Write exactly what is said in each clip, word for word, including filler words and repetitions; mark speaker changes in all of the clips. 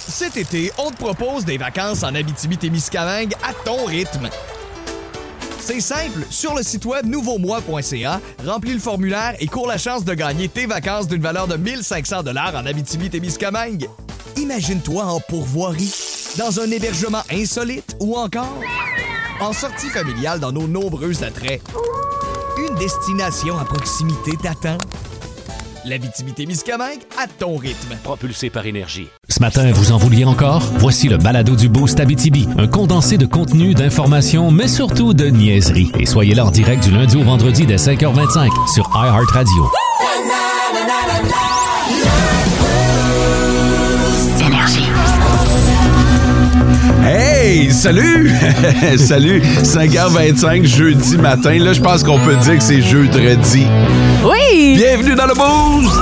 Speaker 1: Cet été, on te propose des vacances en Abitibi-Témiscamingue à ton rythme. C'est simple, sur le site web nouveau moi point c a, remplis le formulaire et cours la chance de gagner tes vacances d'une valeur de mille cinq cents dollars en Abitibi-Témiscamingue. Imagine-toi en pourvoirie, dans un hébergement insolite ou encore en sortie familiale dans nos nombreux attraits. Une destination à proximité t'attend. L'Abitibi-Témiscamingue à ton rythme.
Speaker 2: Propulsé par Énergie.
Speaker 3: Ce matin, vous en vouliez encore? Voici le balado du Boost Abitibi. Un condensé de contenu, d'informations, mais surtout de niaiseries. Et soyez là en direct du lundi au vendredi dès cinq heures vingt-cinq sur iHeartRadio.
Speaker 4: Énergie.
Speaker 5: Hey, salut! Salut! cinq heures vingt-cinq, jeudi matin. Là, je pense qu'on peut dire que c'est jeudi.
Speaker 6: Oui!
Speaker 5: Bienvenue dans le Boost!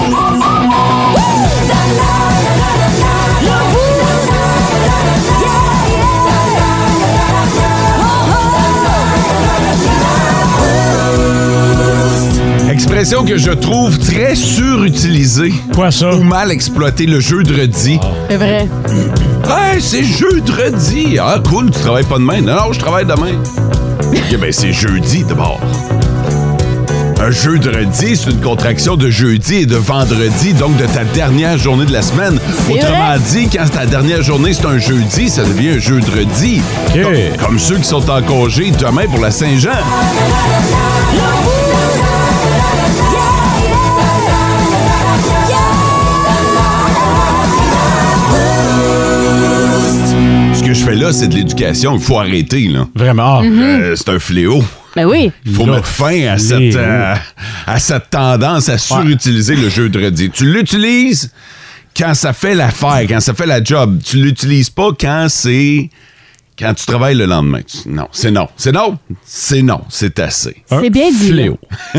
Speaker 5: Expression que je trouve très surutilisée.
Speaker 7: Quoi ça?
Speaker 5: Ou mal exploitée, le jeudi.
Speaker 6: C'est vrai.
Speaker 5: Hey, c'est jeudi! Ah, cool, tu travailles pas demain? Non, non, je travaille demain. Ok, ben c'est jeudi d'abord. Un jeudi, c'est une contraction de jeudi et de vendredi, donc de ta dernière journée de la semaine.
Speaker 6: C'est
Speaker 5: Autrement
Speaker 6: vrai.
Speaker 5: dit, quand ta dernière journée, c'est un jeudi, ça devient un jeudi.
Speaker 7: Okay.
Speaker 5: Comme, comme ceux qui sont en congé demain pour la Saint-Jean. Ce que je fais là, c'est de l'éducation. Il faut arrêter, là.
Speaker 7: Vraiment. Ah.
Speaker 5: Euh, c'est un fléau.
Speaker 6: Ben oui.
Speaker 5: Il faut
Speaker 7: Là,
Speaker 5: mettre fin à cette,
Speaker 7: les-
Speaker 5: euh, à cette tendance à surutiliser le jeudi. Tu l'utilises quand ça fait l'affaire, quand ça fait la job. Tu l'utilises pas quand c'est... Quand tu travailles le lendemain. Tu- Non, c'est non. C'est non. C'est non. C'est assez.
Speaker 6: C'est bien dit.
Speaker 7: Fléau.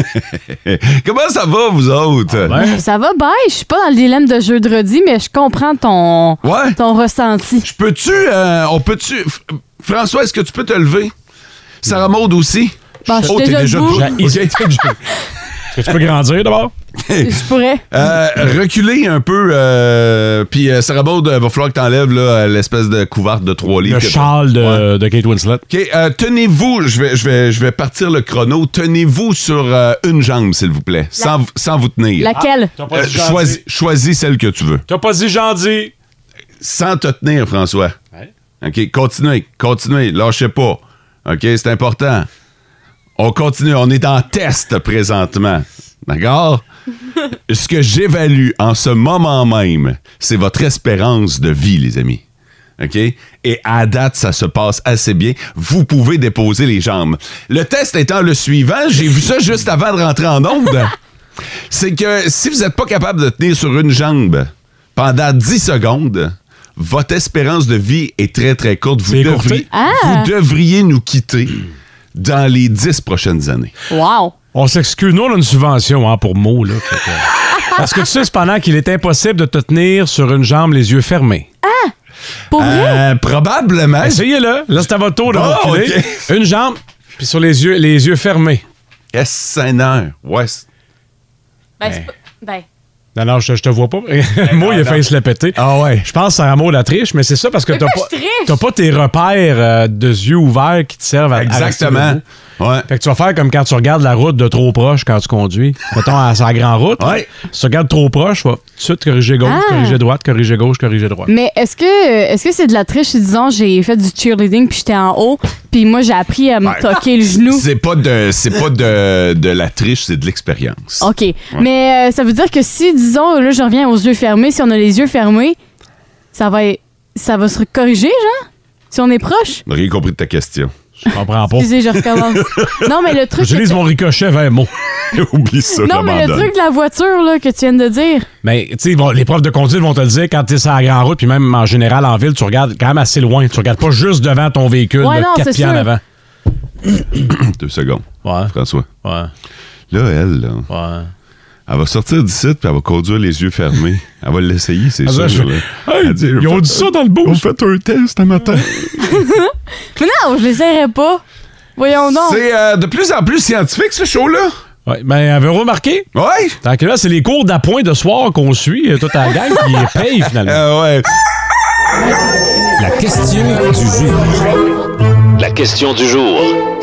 Speaker 5: Comment ça va, vous autres?
Speaker 7: Ouais.
Speaker 6: Ça va bien. Je suis pas dans le dilemme de jeudi, mais je comprends ton,
Speaker 5: Ouais.
Speaker 6: ton ressenti.
Speaker 5: Je peux-tu... euh, on peut-tu... F- François, est-ce que tu peux te lever? Sarah Maud aussi?
Speaker 6: Bon, je suis
Speaker 5: Oh, t'es
Speaker 6: déjà
Speaker 5: déjà
Speaker 6: debout.
Speaker 5: debout.
Speaker 7: J'ai- Est-ce que tu peux grandir d'abord?
Speaker 6: Je pourrais.
Speaker 5: Euh, reculer un peu, euh, puis euh, Sarah Maud, euh, va falloir que t'enlèves là, l'espèce de couverte de trois livres.
Speaker 7: Le
Speaker 5: que-
Speaker 7: châle de,
Speaker 5: Ouais.
Speaker 7: de Kate Winslet.
Speaker 5: OK, euh, tenez-vous, je vais, je, vais, je vais partir le chrono, tenez-vous sur euh, une jambe, s'il vous plaît, sans, vous- sans vous tenir.
Speaker 6: Laquelle?
Speaker 7: T'as pas
Speaker 5: Euh,
Speaker 7: dit gentil.
Speaker 5: choisis, choisis celle que tu veux.
Speaker 7: T'as pas dit gentil.
Speaker 5: Sans te tenir, François.
Speaker 7: Ouais.
Speaker 5: OK, continuez, continuez, lâchez pas. OK, c'est important. On continue, on est en test présentement. D'accord? Ce que j'évalue en ce moment même, c'est votre espérance de vie, les amis. OK? Et à date, ça se passe assez bien. Vous pouvez déposer les jambes. Le test étant le suivant, j'ai vu ça juste avant de rentrer en onde. C'est que si vous n'êtes pas capable de tenir sur une jambe pendant dix secondes, votre espérance de vie est très, très courte. Vous,
Speaker 7: C'est
Speaker 5: devriez,
Speaker 7: écourté?
Speaker 6: Ah!
Speaker 5: vous devriez nous quitter dans les dix prochaines années.
Speaker 6: Wow.
Speaker 7: On s'excuse. Nous, on a une subvention hein, pour mots. Là, fait que- Parce que tu sais, cependant, qu'il est impossible de te tenir sur une jambe les yeux fermés.
Speaker 6: Pour vrai?
Speaker 5: Euh, probablement.
Speaker 7: Essayez-le. Là, c'est à votre tour de
Speaker 5: Ah,
Speaker 7: reculer.
Speaker 5: ok.
Speaker 7: Une jambe, puis sur les yeux, les yeux fermés.
Speaker 5: Yes, Seigneur. Ouais.
Speaker 6: Ben, c'est pas... Ben...
Speaker 7: Non, non, je, je te vois pas. Moi, il a failli se la péter.
Speaker 5: Ah ouais.
Speaker 7: Je pense que Sarah Maud la triche, mais c'est ça parce que
Speaker 6: Mais
Speaker 7: t'as
Speaker 6: quoi,
Speaker 7: pas,
Speaker 6: je triche?
Speaker 7: t'as pas tes repères euh, de yeux ouverts qui te servent à à rester
Speaker 5: Exactement.
Speaker 7: debout.
Speaker 5: Ouais.
Speaker 7: Fait que tu vas faire comme quand tu regardes la route de trop proche quand tu conduis. Mettons, à sa grande route.
Speaker 5: Ouais.
Speaker 7: Si tu regardes trop proche, tu vas tout de suite corriger gauche,
Speaker 6: Ah.
Speaker 7: corriger droite, corriger gauche, corriger droite.
Speaker 6: Mais est-ce que est-ce que c'est de la triche si, disons, j'ai fait du cheerleading puis j'étais en haut, puis moi, j'ai appris à me
Speaker 5: Ouais.
Speaker 6: toquer le genou?
Speaker 5: C'est pas de c'est pas de, de la triche, c'est de l'expérience.
Speaker 6: OK. Mais euh, ça veut dire que si, disons, là, je reviens aux yeux fermés, si on a les yeux fermés, ça va, ça va se corriger, genre? Si on est proche?
Speaker 5: J'ai rien compris de ta question.
Speaker 7: Je comprends pas.
Speaker 6: Excusez, je recommence. Non, mais le truc...
Speaker 7: J'utilise
Speaker 6: que-
Speaker 7: mon ricochet vers mot.
Speaker 5: Oublie ça,
Speaker 6: Non, mais le
Speaker 5: j'abandonne.
Speaker 6: truc de la voiture, là, que tu viens de dire...
Speaker 7: Mais, tu sais, ils vont- les profs de conduite vont te le dire quand t'es sur la grande route, puis même en général en ville, tu regardes quand même assez loin. Tu regardes pas juste devant ton véhicule,
Speaker 6: Ouais,
Speaker 7: là,
Speaker 6: non,
Speaker 7: quatre
Speaker 6: c'est
Speaker 7: pieds en
Speaker 6: sûr.
Speaker 7: avant.
Speaker 5: Deux secondes,
Speaker 7: Ouais,
Speaker 5: François.
Speaker 7: ouais,
Speaker 5: Là, elle, là,
Speaker 7: ouais.
Speaker 5: elle va sortir d'ici puis elle va conduire les yeux fermés. Elle va l'essayer, c'est
Speaker 7: Ah,
Speaker 5: sûr.
Speaker 7: ben, je-
Speaker 5: là.
Speaker 7: Hey,
Speaker 5: Elle dit,
Speaker 7: ils ont
Speaker 5: Faites-
Speaker 7: dit ça dans le boost.
Speaker 5: On fait un test un matin.
Speaker 6: Mais non, je l'essayerai pas. Voyons donc.
Speaker 5: C'est euh, de plus en plus scientifique, ce show-là.
Speaker 7: Ouais, ben, avez-vous remarqué?
Speaker 5: Ouais.
Speaker 7: Tant que là, c'est les cours d'appoint de soir qu'on suit, euh, toute la gang, qui paye finalement.
Speaker 5: Euh, ouais.
Speaker 3: La question du jour. La question du jour.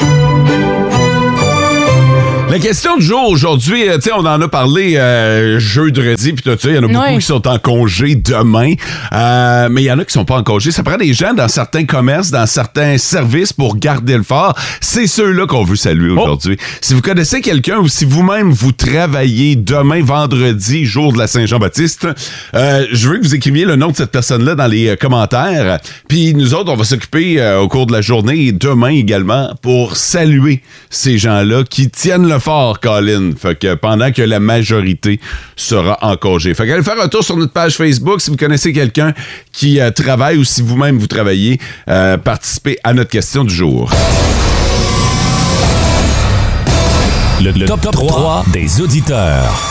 Speaker 5: La question du jour aujourd'hui, tu sais, on en a parlé euh, jeudi, puis tout ça. Il y en a beaucoup
Speaker 6: Oui.
Speaker 5: qui sont en congé demain, euh, mais il y en a qui sont pas en congé. Ça prend des gens dans certains commerces, dans certains services pour garder le fort. C'est ceux-là qu'on veut saluer aujourd'hui. Oh. Si vous connaissez quelqu'un ou si vous-même vous travaillez demain, vendredi, jour de la Saint-Jean-Baptiste, euh, je veux que vous écriviez le nom de cette personne-là dans les euh, commentaires. Puis nous autres, on va s'occuper euh, au cours de la journée et demain également pour saluer ces gens-là qui tiennent le fort, Colin. Fait que pendant que la majorité sera en congé. Fait qu'allez faire un tour sur notre page Facebook si vous connaissez quelqu'un qui euh, travaille ou si vous-même vous travaillez, euh, participez à notre question du jour.
Speaker 3: Le, le top, top trois des auditeurs.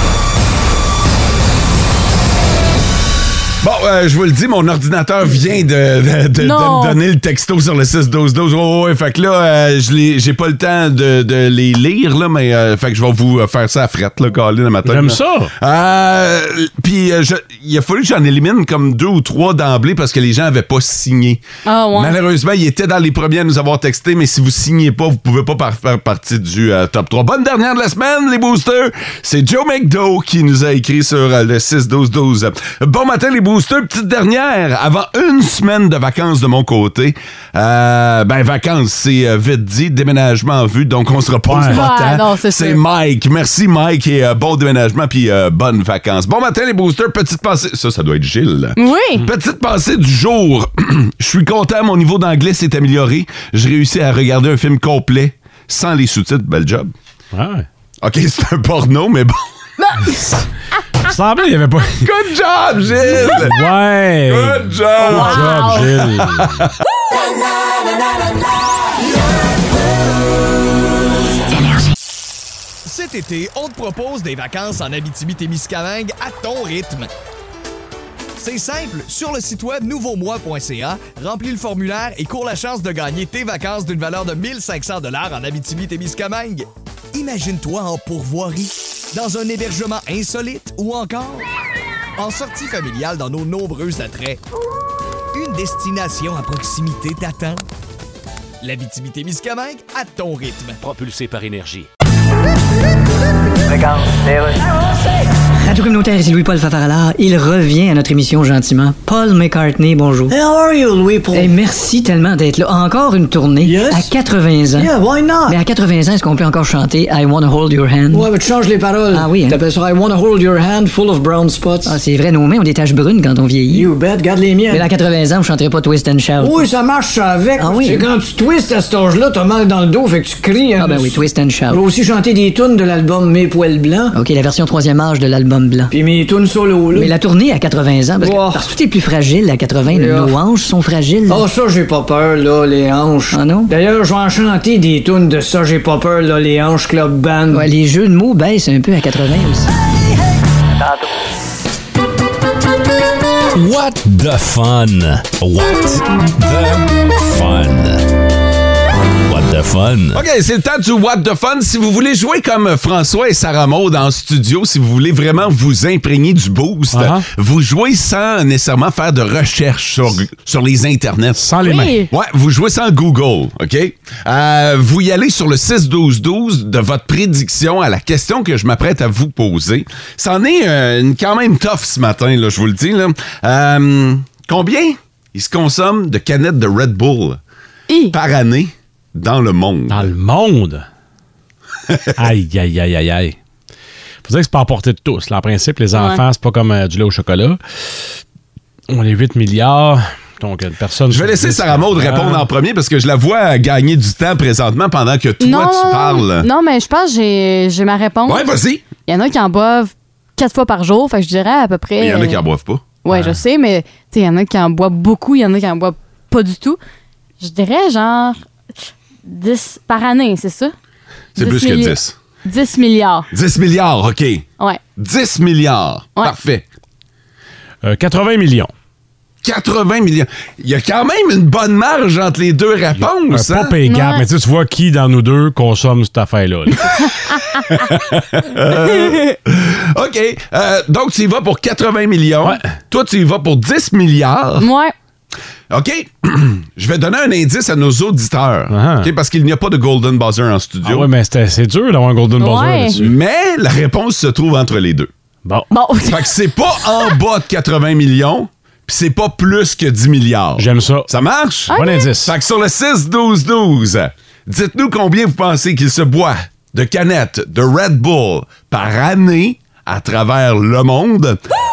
Speaker 5: Bon, euh, je vous le dis, mon ordinateur vient de, de, de, de me donner le texto sur le six douze douze. Oh, ouais, fait que là, euh, je l'ai, j'ai pas le temps de, de les lire, là, mais euh, fait que je vais vous faire ça à frette, là, Colin, le matin.
Speaker 7: J'aime
Speaker 5: là.
Speaker 7: ça.
Speaker 5: Euh, Puis, euh, il a fallu que j'en élimine comme deux ou trois d'emblée parce que les gens avaient pas signé.
Speaker 6: Ah, ouais.
Speaker 5: Malheureusement, ils étaient dans les premiers à nous avoir texté, mais si vous signez pas, vous pouvez pas par- faire partie du euh, top trois. Bonne dernière de la semaine, les boosters. C'est Joe McDo qui nous a écrit sur euh, le six douze douze. Bon matin, les boosters. Petite dernière, avant une semaine de vacances de mon côté. Euh, ben, vacances, c'est euh, vite dit, déménagement en vue, donc on se repose
Speaker 7: Ouais.
Speaker 5: pas
Speaker 6: Ouais,
Speaker 5: tant.
Speaker 6: non, c'est
Speaker 5: c'est
Speaker 6: sûr.
Speaker 5: Mike. Merci, Mike, et euh, bon déménagement, puis euh, bonnes vacances. Bon matin, les boosters. Petite pensée. Ça, ça doit être Gilles.
Speaker 6: Oui.
Speaker 5: Petite pensée du jour. Je suis content, mon niveau d'anglais s'est amélioré. J'ai réussi à regarder un film complet sans les sous-titres. Bel job.
Speaker 7: Ouais.
Speaker 5: OK, c'est un porno, mais bon.
Speaker 7: Il semblait qu'il n'y avait pas...
Speaker 5: Good job, Gilles!
Speaker 7: Ouais.
Speaker 5: Good job!
Speaker 7: Good job, Gilles.
Speaker 1: Cet été, on te propose des vacances en Abitibi-Témiscamingue à ton rythme. C'est simple, sur le site web nouveau moi point c a, remplis le formulaire et cours la chance de gagner tes vacances d'une valeur de mille cinq cents dollars en Abitibi-Témiscamingue. Imagine-toi en pourvoirie, dans un hébergement insolite ou encore en sortie familiale dans nos nombreux attraits. Une destination à proximité t'attend. L'Abitibi-Témiscamingue à ton rythme.
Speaker 3: Propulsé par Énergie.
Speaker 2: Radio communautaire, ici Louis-Paul Fafarala. Il revient à notre émission gentiment. Paul McCartney, bonjour.
Speaker 4: How are you, Louis-Paul?
Speaker 2: Hey, merci tellement d'être là. Encore une tournée.
Speaker 4: Yes.
Speaker 2: À quatre-vingts ans.
Speaker 4: Yeah, why not?
Speaker 2: Mais à quatre-vingts ans, est-ce qu'on peut encore chanter I Wanna Hold Your Hand?
Speaker 4: Ouais, mais tu changes les paroles.
Speaker 2: Ah oui, hein?
Speaker 4: T'appelles ça I wanna hold your hand full of brown spots.
Speaker 2: Ah, c'est vrai, nos mains ont des taches brunes quand on vieillit.
Speaker 4: You bet, garde les miennes.
Speaker 2: Mais là, à quatre-vingts ans, vous chanterez pas Twist and Shout.
Speaker 4: Oui, ça marche ça avec.
Speaker 2: Ah oui,
Speaker 4: C'est
Speaker 2: hein?
Speaker 4: quand tu twists à cet âge-là, t'as mal dans le dos, fait que tu cries. Hein,
Speaker 2: Ah ben oui, Twist and Shout.
Speaker 4: Je vais aussi chanter des tunes de l'album Mes poils blancs.
Speaker 2: OK, la version troisième âge de l'album blanc.
Speaker 4: Puis mes tunes solo, là.
Speaker 2: Mais la tournée à quatre-vingts ans, parce que,
Speaker 4: Oh.
Speaker 2: parce que tout est plus fragile à quatre-vingts.
Speaker 4: Yeah.
Speaker 2: Nos hanches sont fragiles.
Speaker 4: Ah, ça, j'ai pas peur, là, les hanches.
Speaker 2: Ah non?
Speaker 4: D'ailleurs, je vais en chanter des tunes de ça, j'ai pas peur, là, les hanches club band.
Speaker 2: Ouais, les jeux de mots baissent un peu à quatre-vingts aussi.
Speaker 3: What the fun? What the fun? What the fun?
Speaker 5: OK, c'est le temps du What the Fun. Si vous voulez jouer comme François et Sarah Maud en studio, si vous voulez vraiment vous imprégner du boost,
Speaker 7: Uh-huh.
Speaker 5: vous jouez sans nécessairement faire de recherche sur, sur les internets.
Speaker 7: Sans les mains.
Speaker 6: Oui.
Speaker 5: Ouais, vous jouez sans Google, OK? Euh, vous y allez sur le six douze douze de votre prédiction à la question que je m'apprête à vous poser. C'en est euh, une quand même tough ce matin, là, je vous le dis. Là. Euh, combien il se consomme de canettes de Red Bull
Speaker 6: Hi.
Speaker 5: par année dans le monde?
Speaker 7: Dans le monde. Aïe, aïe, aïe, aïe, aïe. Faut dire que c'est pas à portée de tous. Là, en principe, les enfants,
Speaker 6: Ouais.
Speaker 7: c'est pas comme euh, du lait au chocolat. On est huit milliards. Donc, une personne.
Speaker 5: Je vais
Speaker 7: sur
Speaker 5: laisser
Speaker 7: dix
Speaker 5: Sarah Maud
Speaker 7: comprend.
Speaker 5: répondre en premier parce que je la vois gagner du temps présentement pendant que toi,
Speaker 6: non,
Speaker 5: tu parles.
Speaker 6: Non, mais je pense que j'ai, j'ai ma réponse.
Speaker 5: Ouais, vas-y.
Speaker 6: Il y en a qui en boivent quatre fois par jour, fait que je dirais à peu près.
Speaker 5: Il y en a qui
Speaker 6: euh,
Speaker 5: en boivent pas.
Speaker 6: Ouais, je sais, mais tu sais, il y en a qui en boivent beaucoup, il y en a qui en boivent pas du tout. Je dirais genre dix par année, c'est ça?
Speaker 5: C'est
Speaker 6: dix
Speaker 5: plus que
Speaker 6: milli-
Speaker 5: dix.
Speaker 6: dix milliards.
Speaker 5: dix milliards, OK.
Speaker 6: Ouais.
Speaker 5: dix milliards.
Speaker 6: Ouais.
Speaker 5: Parfait.
Speaker 7: Euh, quatre-vingts millions.
Speaker 5: quatre-vingts millions. Il y a quand même une bonne marge entre les deux réponses.
Speaker 7: Un
Speaker 5: Hein?
Speaker 7: pas pay gap,
Speaker 6: Ouais.
Speaker 7: mais tu sais, tu vois qui dans nous deux consomme cette affaire-là. là.
Speaker 5: Euh, OK. Euh, donc, tu y vas pour quatre-vingts millions.
Speaker 7: Ouais.
Speaker 5: Toi, tu y vas pour dix milliards.
Speaker 6: Ouais.
Speaker 5: OK. Je vais donner un indice à nos auditeurs.
Speaker 7: Ah.
Speaker 5: OK, parce qu'il n'y a pas de Golden Buzzer en
Speaker 7: Ah
Speaker 5: studio.
Speaker 7: ouais, mais c'est c'est dur d'avoir un Golden Buzzer
Speaker 6: Ouais.
Speaker 7: là-dessus.
Speaker 5: Mais la réponse se trouve entre les deux.
Speaker 7: Bon.
Speaker 6: Bon.
Speaker 5: Fait que c'est pas en bas de quatre-vingts millions, puis c'est pas plus que dix milliards.
Speaker 7: J'aime ça.
Speaker 5: Ça marche?
Speaker 7: Bon indice.
Speaker 5: Fait que sur le six douze douze, dites-nous combien vous pensez qu'il se boit de canettes de Red Bull par année à travers le monde.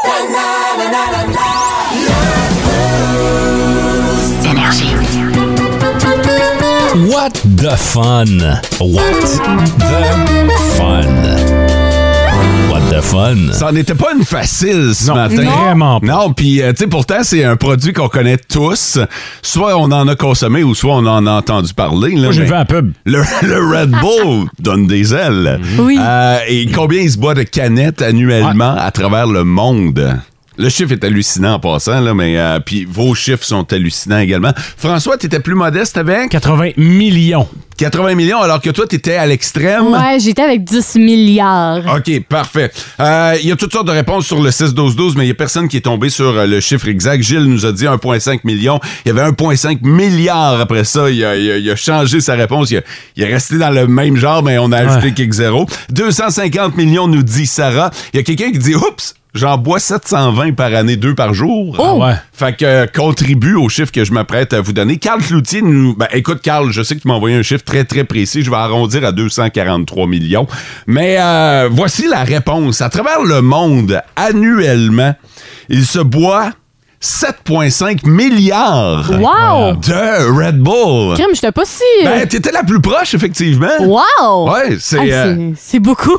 Speaker 3: What the fun? What the fun? What the fun?
Speaker 5: Ça n'était pas une facile ce
Speaker 7: Non,
Speaker 5: matin.
Speaker 7: vraiment pas.
Speaker 5: Non, puis euh, tu sais, pourtant, c'est un produit qu'on connaît tous. Soit on en a consommé ou soit on en a entendu parler. Là,
Speaker 7: Moi, j'ai
Speaker 5: mais
Speaker 7: vu un pub.
Speaker 5: Le, le Red Bull donne des ailes.
Speaker 6: Oui.
Speaker 5: Euh, et combien il se boit de canettes annuellement à travers le monde? Le chiffre est hallucinant en passant, là, mais euh, puis vos chiffres sont hallucinants également. François, t'étais plus modeste avec
Speaker 7: quatre-vingts millions.
Speaker 5: quatre-vingts millions, alors que toi, t'étais à l'extrême.
Speaker 6: Ouais, j'étais avec dix milliards.
Speaker 5: OK, parfait. Euh, Il y a toutes sortes de réponses sur le six douze douze, mais il n'y a personne qui est tombé sur euh, le chiffre exact. Gilles nous a dit un virgule cinq million. Il y avait un virgule cinq milliard après ça. Il a, il a- il a changé sa réponse. Il, a- il est resté dans le même genre, mais on a ajouté
Speaker 7: Ouais.
Speaker 5: quelques zéros. deux cent cinquante millions, nous dit Sarah. Il y a quelqu'un qui dit « Oups! J'en bois sept cent vingt par année, deux par jour.
Speaker 7: Ah ouais.
Speaker 5: Fait que euh, contribue au chiffre que je m'apprête à vous donner. Carl Cloutier nous... Ben, écoute, Carl, je sais que tu m'as envoyé un chiffre très, très précis. Je vais arrondir à deux cent quarante-trois millions. Mais euh, voici la réponse. À travers le monde, annuellement, il se boit sept virgule cinq milliards
Speaker 6: Wow!
Speaker 5: de Red Bull.
Speaker 6: Crème, j'étais pas si.
Speaker 5: Ben, t'étais la plus proche, effectivement.
Speaker 6: Wow!
Speaker 5: Ouais, c'est...
Speaker 6: Ah,
Speaker 5: euh,
Speaker 6: c'est- c'est beaucoup.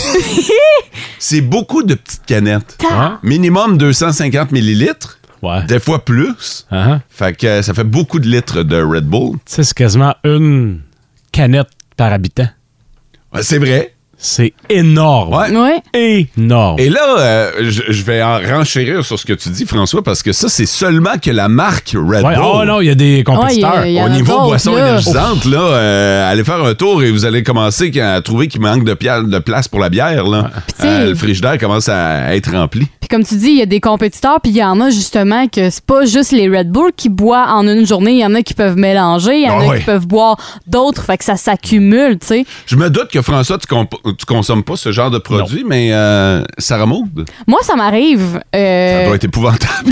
Speaker 5: c'est beaucoup de petites canettes.
Speaker 7: Hein?
Speaker 5: Minimum deux cent cinquante millilitres.
Speaker 7: Ouais.
Speaker 5: Des fois plus.
Speaker 7: Uh-huh.
Speaker 5: Fait que euh, ça fait beaucoup de litres de Red Bull.
Speaker 7: Tu sais, c'est quasiment une canette par habitant.
Speaker 5: Ouais, c'est vrai.
Speaker 7: C'est énorme.
Speaker 5: Ouais.
Speaker 6: Ouais.
Speaker 7: Énorme.
Speaker 5: Et là, euh, je, je vais en renchérir sur ce que tu dis, François, parce que ça, c'est seulement que la marque Red
Speaker 7: Ouais,
Speaker 5: Bull.
Speaker 7: oh non, il y a des compétiteurs.
Speaker 6: Ouais, il y a-
Speaker 5: Au
Speaker 6: en a
Speaker 5: niveau
Speaker 6: d'autres,
Speaker 5: boisson
Speaker 6: là.
Speaker 5: énergisante, là, euh, allez faire un tour et vous allez commencer à trouver qu'il manque de, pia- de place pour la bière. Là.
Speaker 6: Puis tu sais-
Speaker 5: Euh, le frigidaire commence à être rempli.
Speaker 6: Puis comme tu dis, il y a des compétiteurs, puis il y en a justement que c'est pas juste les Red Bull qui boivent en une journée. Il y en a qui peuvent mélanger, il y en
Speaker 5: Ah
Speaker 6: a
Speaker 5: ouais.
Speaker 6: qui peuvent boire d'autres, fait que ça s'accumule, tu sais.
Speaker 5: Je me doute que François, tu, comp- tu consommes pas ce genre de produit, mais euh, Sarah Maud,
Speaker 6: Moi, ça m'arrive. euh,
Speaker 5: ça doit être épouvantable.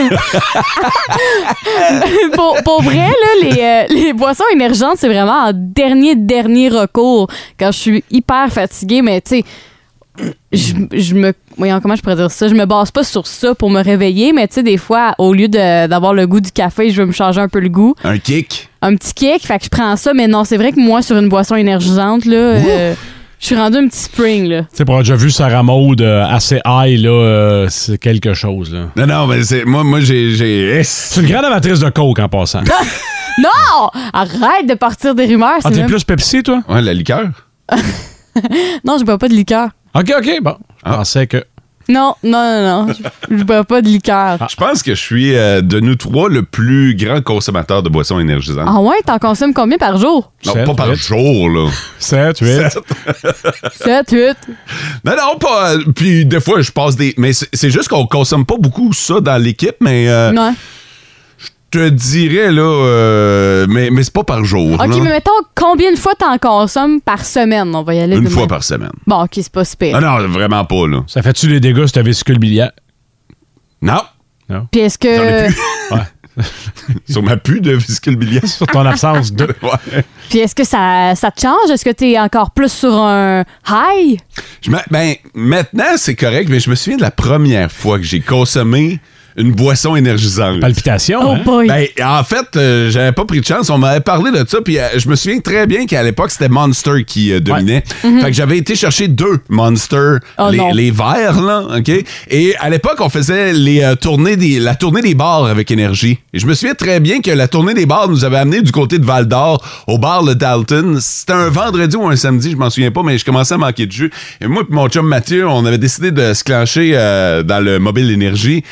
Speaker 6: pour, pour vrai, là, les, euh, les boissons énergentes, c'est vraiment en dernier, dernier recours. Quand je suis hyper fatiguée, mais tu sais, je, je me. Voyons, comment je pourrais dire ça? Je me base pas sur ça pour me réveiller, mais tu sais, des fois, au lieu de- d'avoir le goût du café, je veux me changer un peu le goût.
Speaker 5: Un kick.
Speaker 6: Un petit kick, fait que je prends ça, mais non, c'est vrai que moi, sur une boisson énergisante, là, euh, je suis rendue un petit spring, là.
Speaker 7: Tu sais, pour avoir déjà vu Sarah Maud euh, assez high, là, euh, c'est quelque chose. Là.
Speaker 5: Non, non, mais c'est, moi, moi j'ai... j'ai...
Speaker 7: C'est une grande amatrice de coke en passant.
Speaker 6: Non! Arrête de partir des rumeurs.
Speaker 7: Ah,
Speaker 6: c'est
Speaker 7: t'es
Speaker 6: même-
Speaker 7: plus Pepsi, toi?
Speaker 5: Ouais, la liqueur.
Speaker 6: Non, je bois pas de liqueur.
Speaker 7: OK, OK, bon. Je
Speaker 5: Ah.
Speaker 7: pensais que...
Speaker 6: Non, non, non, non. Je, je bois pas de liqueur.
Speaker 5: Je pense que je suis, euh, de nous trois, le plus grand consommateur de boissons énergisantes.
Speaker 6: Ah ouais, t'en consommes combien par jour?
Speaker 5: Non,
Speaker 7: Sept,
Speaker 5: pas par
Speaker 7: huit.
Speaker 5: jour, là.
Speaker 7: sept, huit.
Speaker 6: sept, huit.
Speaker 5: Non, non, pas... euh, Puis des fois, je passe des... Mais c'est, c'est juste qu'on consomme pas beaucoup ça dans l'équipe, mais... euh,
Speaker 6: Ouais.
Speaker 5: Je te dirais, là... euh, mais, mais c'est pas par jour,
Speaker 6: OK,
Speaker 5: là.
Speaker 6: mais mettons, combien de fois t'en consommes par semaine? On va y aller
Speaker 5: Une
Speaker 6: de
Speaker 5: fois
Speaker 6: même.
Speaker 5: par semaine.
Speaker 6: Bon, OK, c'est pas super.
Speaker 5: Ah non, vraiment pas, là.
Speaker 7: Ça fait-tu les dégâts sur ta vésicule biliaire?
Speaker 5: Non.
Speaker 6: Puis est-ce
Speaker 5: J'en ai
Speaker 6: que...
Speaker 5: plus.
Speaker 7: Ouais.
Speaker 5: Sur ma pu de vésicule biliaire.
Speaker 7: Sur ton absence de...
Speaker 5: Ouais.
Speaker 6: Puis est-ce que ça, ça te change? Est-ce que t'es encore plus sur un high?
Speaker 5: Je me- ben, maintenant, c'est correct, mais je me souviens de la première fois que j'ai consommé une boisson énergisante.
Speaker 7: Palpitation,
Speaker 6: Oh
Speaker 7: hein?
Speaker 6: boy!
Speaker 5: Ben, en fait, euh, j'avais pas pris de chance. On m'avait parlé de ça, puis euh, je me souviens très bien qu'à l'époque, c'était Monster qui euh, dominait. Fait que j'avais été chercher deux Monster,
Speaker 6: Oh
Speaker 5: les,
Speaker 6: non.
Speaker 5: les verts, là, OK? Et à l'époque, on faisait les, euh, tournées des, la tournée des bars avec Énergie. Et je me souviens très bien que la tournée des bars nous avait amené du côté de Val-d'Or, au bar Le Dalton. C'était un vendredi ou un samedi, je m'en souviens pas, mais je commençais à manquer de jus. Et moi et mon chum Mathieu, on avait décidé de se clencher euh, dans le mobile Énergie.
Speaker 7: Wow.
Speaker 5: Euh,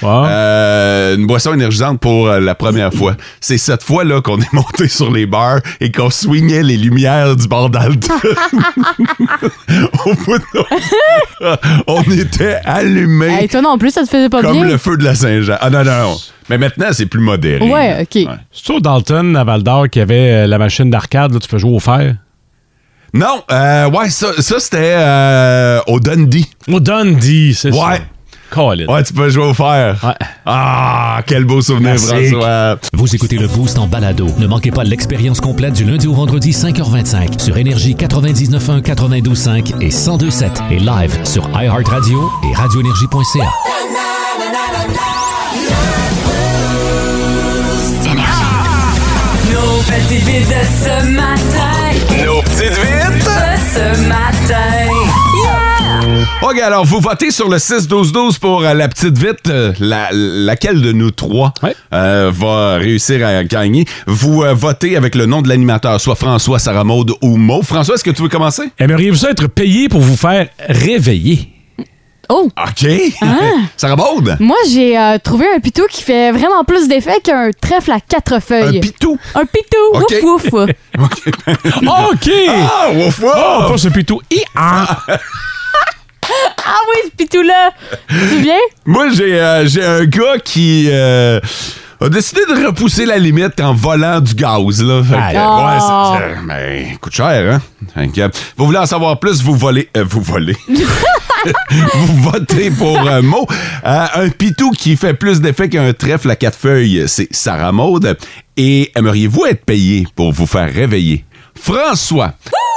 Speaker 5: euh, une boisson énergisante pour euh, la première fois. C'est cette fois-là qu'on est monté sur les bars et qu'on swingait les lumières du bar d'Alton. Au bout de... On était allumés.
Speaker 6: Hey, toi non plus, ça te faisait pas
Speaker 5: comme
Speaker 6: bien?
Speaker 5: le feu de la Saint-Jean. Ah non, non, non. Mais maintenant, c'est plus modéré.
Speaker 6: Ouais, OK. Ouais.
Speaker 7: C'est au Dalton, à Val-d'Or, qu'il y avait euh, la machine d'arcade, là, tu peux jouer au fer?
Speaker 5: Non, euh, ouais, ça, ça c'était euh, au Dundee.
Speaker 7: Au Dundee, c'est ça.
Speaker 5: Ouais.
Speaker 7: Colin.
Speaker 5: Ouais, tu peux jouer au fer.
Speaker 7: Ouais.
Speaker 5: Ah, quel beau souvenir,
Speaker 7: Classique.
Speaker 5: François.
Speaker 3: Vous écoutez le Boost en balado. Ne manquez pas l'expérience complète du lundi au vendredi cinq heures vingt-cinq sur Énergie quatre-vingt-dix-neuf un, quatre-vingt-douze cinq et cent deux sept et live sur iHeartRadio et radioénergie point c a.
Speaker 8: Nos petites vites de ce matin.
Speaker 5: Nos petites vites
Speaker 8: De ce matin. Yeah!
Speaker 5: OK, alors, vous votez sur le six douze douze pour euh, la petite vite. Euh, la, laquelle de nous trois
Speaker 7: ouais.
Speaker 5: euh, va réussir à gagner? Vous euh, votez avec le nom de l'animateur, soit François, Sarah Maud ou Mo. François, est-ce que tu veux commencer?
Speaker 7: Aimeriez-vous ça être payé pour vous faire réveiller?
Speaker 6: Oh!
Speaker 5: OK.
Speaker 6: Ah.
Speaker 5: Sarah Maud?
Speaker 6: Moi, j'ai euh, trouvé un pitou qui fait vraiment plus d'effet qu'un trèfle à quatre feuilles.
Speaker 5: Un pitou?
Speaker 6: Un pitou!
Speaker 5: OK.
Speaker 6: Ouf, ouf!
Speaker 7: OK!
Speaker 5: Ah, ouf, ouf!
Speaker 7: Oh, pas ce pitou. I-ah.
Speaker 6: Ah oui, ce pitou-là! Tu viens?
Speaker 5: Moi, j'ai euh, j'ai un gars qui euh, a décidé de repousser la limite en volant du gaz. Là. Fait que,
Speaker 6: Oh.
Speaker 5: ouais, c'est, euh, ben, coûte cher, hein? Fait que, vous voulez en savoir plus, vous volez. Euh, vous volez. Vous votez pour euh, Mo. Euh, un pitou qui fait plus d'effet qu'un trèfle à quatre feuilles, c'est Sarah Maud. Et aimeriez-vous être payé pour vous faire réveiller? François.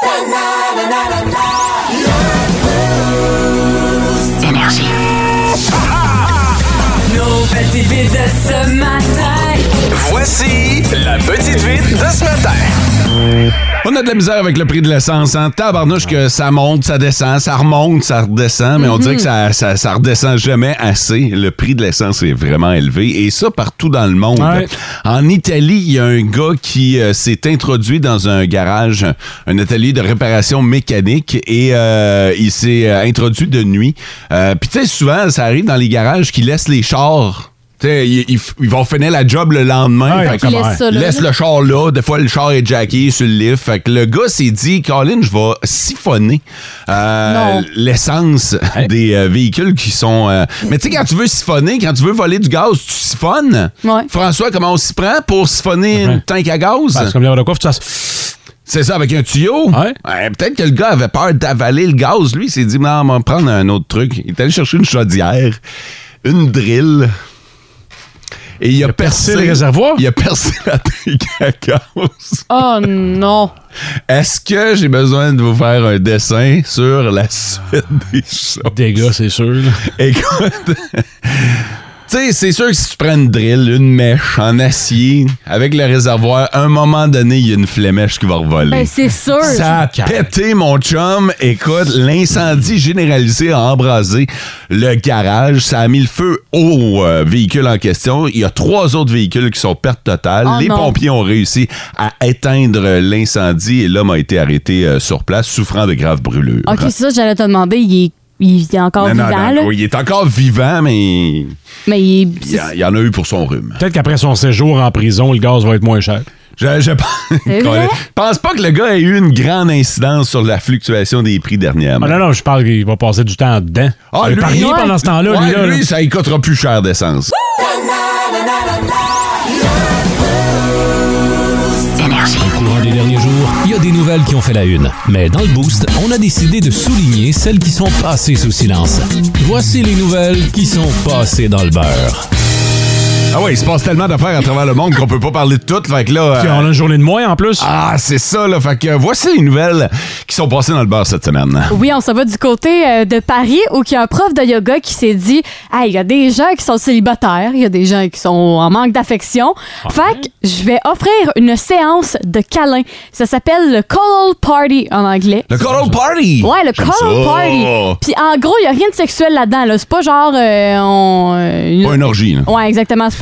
Speaker 8: Énergie. Nos petites vites de ce matin.
Speaker 9: Voici la petite vite de ce matin.
Speaker 5: On a de la misère avec le prix de l'essence. Hein? Tabarnouche que ça monte, ça descend, ça remonte, ça redescend, mais on dirait que ça, ça, ça redescend jamais assez. Le prix de l'essence est vraiment élevé, et ça partout dans le monde.
Speaker 7: Ouais.
Speaker 5: En Italie, il y a un gars qui euh, s'est introduit dans un garage, un atelier de réparation mécanique, et euh, il s'est euh, introduit de nuit. Euh, Puis tu sais, souvent, ça arrive dans les garages qui laissent les chars... T'sais, ils, ils, ils vont finir la job le lendemain.
Speaker 7: Ouais,
Speaker 5: fait que,
Speaker 6: Ils laissent ça, là.
Speaker 5: laisse le char là. Des fois, le char est jacké sur le lift. Fait que le gars s'est dit, Colin, je vais siphonner euh,
Speaker 6: Non.
Speaker 5: l'essence
Speaker 7: Hey.
Speaker 5: des euh, véhicules qui sont... euh, Mais tu sais, quand tu veux siphonner, quand tu veux voler du gaz, tu siphonnes.
Speaker 6: Ouais.
Speaker 5: François, comment on s'y prend pour siphonner
Speaker 7: Ouais.
Speaker 5: une tank à gaz?
Speaker 7: Ben, c'est comme l'air de quoi, faut que tu fasses...
Speaker 5: C'est ça, avec un tuyau?
Speaker 7: Ouais.
Speaker 5: Ouais, peut-être que le gars avait peur d'avaler le gaz. Lui, il s'est dit, non, on va prendre un autre truc. Il est allé chercher une chaudière, une drill... Et il a,
Speaker 7: Il a percé
Speaker 5: percé
Speaker 7: le réservoir?
Speaker 5: Il a percé la tank à gaz.
Speaker 6: Oh non!
Speaker 5: Est-ce que j'ai besoin de vous faire un dessin sur la suite des choses?
Speaker 7: Dégâts, c'est sûr. là.
Speaker 5: Écoute, tu sais, c'est sûr que si tu prends une drill, une mèche en acier, avec le réservoir, à un moment donné, il y a une flémèche qui va revoler.
Speaker 6: Ben, c'est sûr!
Speaker 5: Ça a pété, mon chum. Écoute, l'incendie généralisé a embrasé le garage. Ça a mis le feu au euh, véhicule en question. Il y a trois autres véhicules qui sont perte totale.
Speaker 6: Oh
Speaker 5: Les
Speaker 6: non.
Speaker 5: pompiers ont réussi à éteindre l'incendie et l'homme a été arrêté euh, sur place, souffrant de graves brûlures.
Speaker 6: Ok, c'est ça, j'allais te demander. Il est, il est encore
Speaker 5: Non, non,
Speaker 6: vivant,
Speaker 5: non,
Speaker 6: là.
Speaker 5: oui, il est encore vivant, mais
Speaker 6: Mais il est.
Speaker 5: il y, a- il y en a eu pour son rhume.
Speaker 7: Peut-être qu'après son séjour en prison, le gaz va être moins cher.
Speaker 5: Je, je pense,
Speaker 6: C'est vrai?
Speaker 5: pense pas que le gars ait eu une grande incidence sur la fluctuation des prix dernièrement.
Speaker 7: Ah non, non, je parle qu'il va passer du temps dedans.
Speaker 5: Ah,
Speaker 7: il
Speaker 5: lui,
Speaker 7: va épargner
Speaker 6: ouais.
Speaker 7: pendant ce temps-là,
Speaker 5: Ouais,
Speaker 7: lui, là.
Speaker 5: lui,
Speaker 7: là.
Speaker 5: ça y coûtera plus cher d'essence.
Speaker 3: Au courant des derniers jours, il y a des nouvelles qui ont fait la une. Mais dans le Boost, on a décidé de souligner celles qui sont passées sous silence. Voici les nouvelles qui sont passées dans le beurre.
Speaker 5: Ah ouais, il se passe tellement d'affaires à travers le monde qu'on peut pas parler de toutes. Fait que là...
Speaker 7: Puis
Speaker 5: euh,
Speaker 7: on a une journée de moins en plus.
Speaker 5: Ah, c'est ça, là. Fait que euh, voici les nouvelles qui sont passées dans le beurre cette semaine.
Speaker 6: Oui, on s'en va du côté euh, de Paris où il y a un prof de yoga qui s'est dit hey, il y a des gens qui sont célibataires, il y a des gens qui sont en manque d'affection. Fait que je vais offrir une séance de câlin. Ça s'appelle le Cuddle Party en anglais.
Speaker 5: Le Cuddle Party!
Speaker 6: Ouais, le
Speaker 5: J'aime
Speaker 6: Cuddle
Speaker 5: ça.
Speaker 6: Party. Puis en gros, il y a rien de sexuel là-dedans. Là. C'est pas genre. euh, on, euh,
Speaker 5: Pas une orgie, là.
Speaker 6: Ouais, exactement. C'est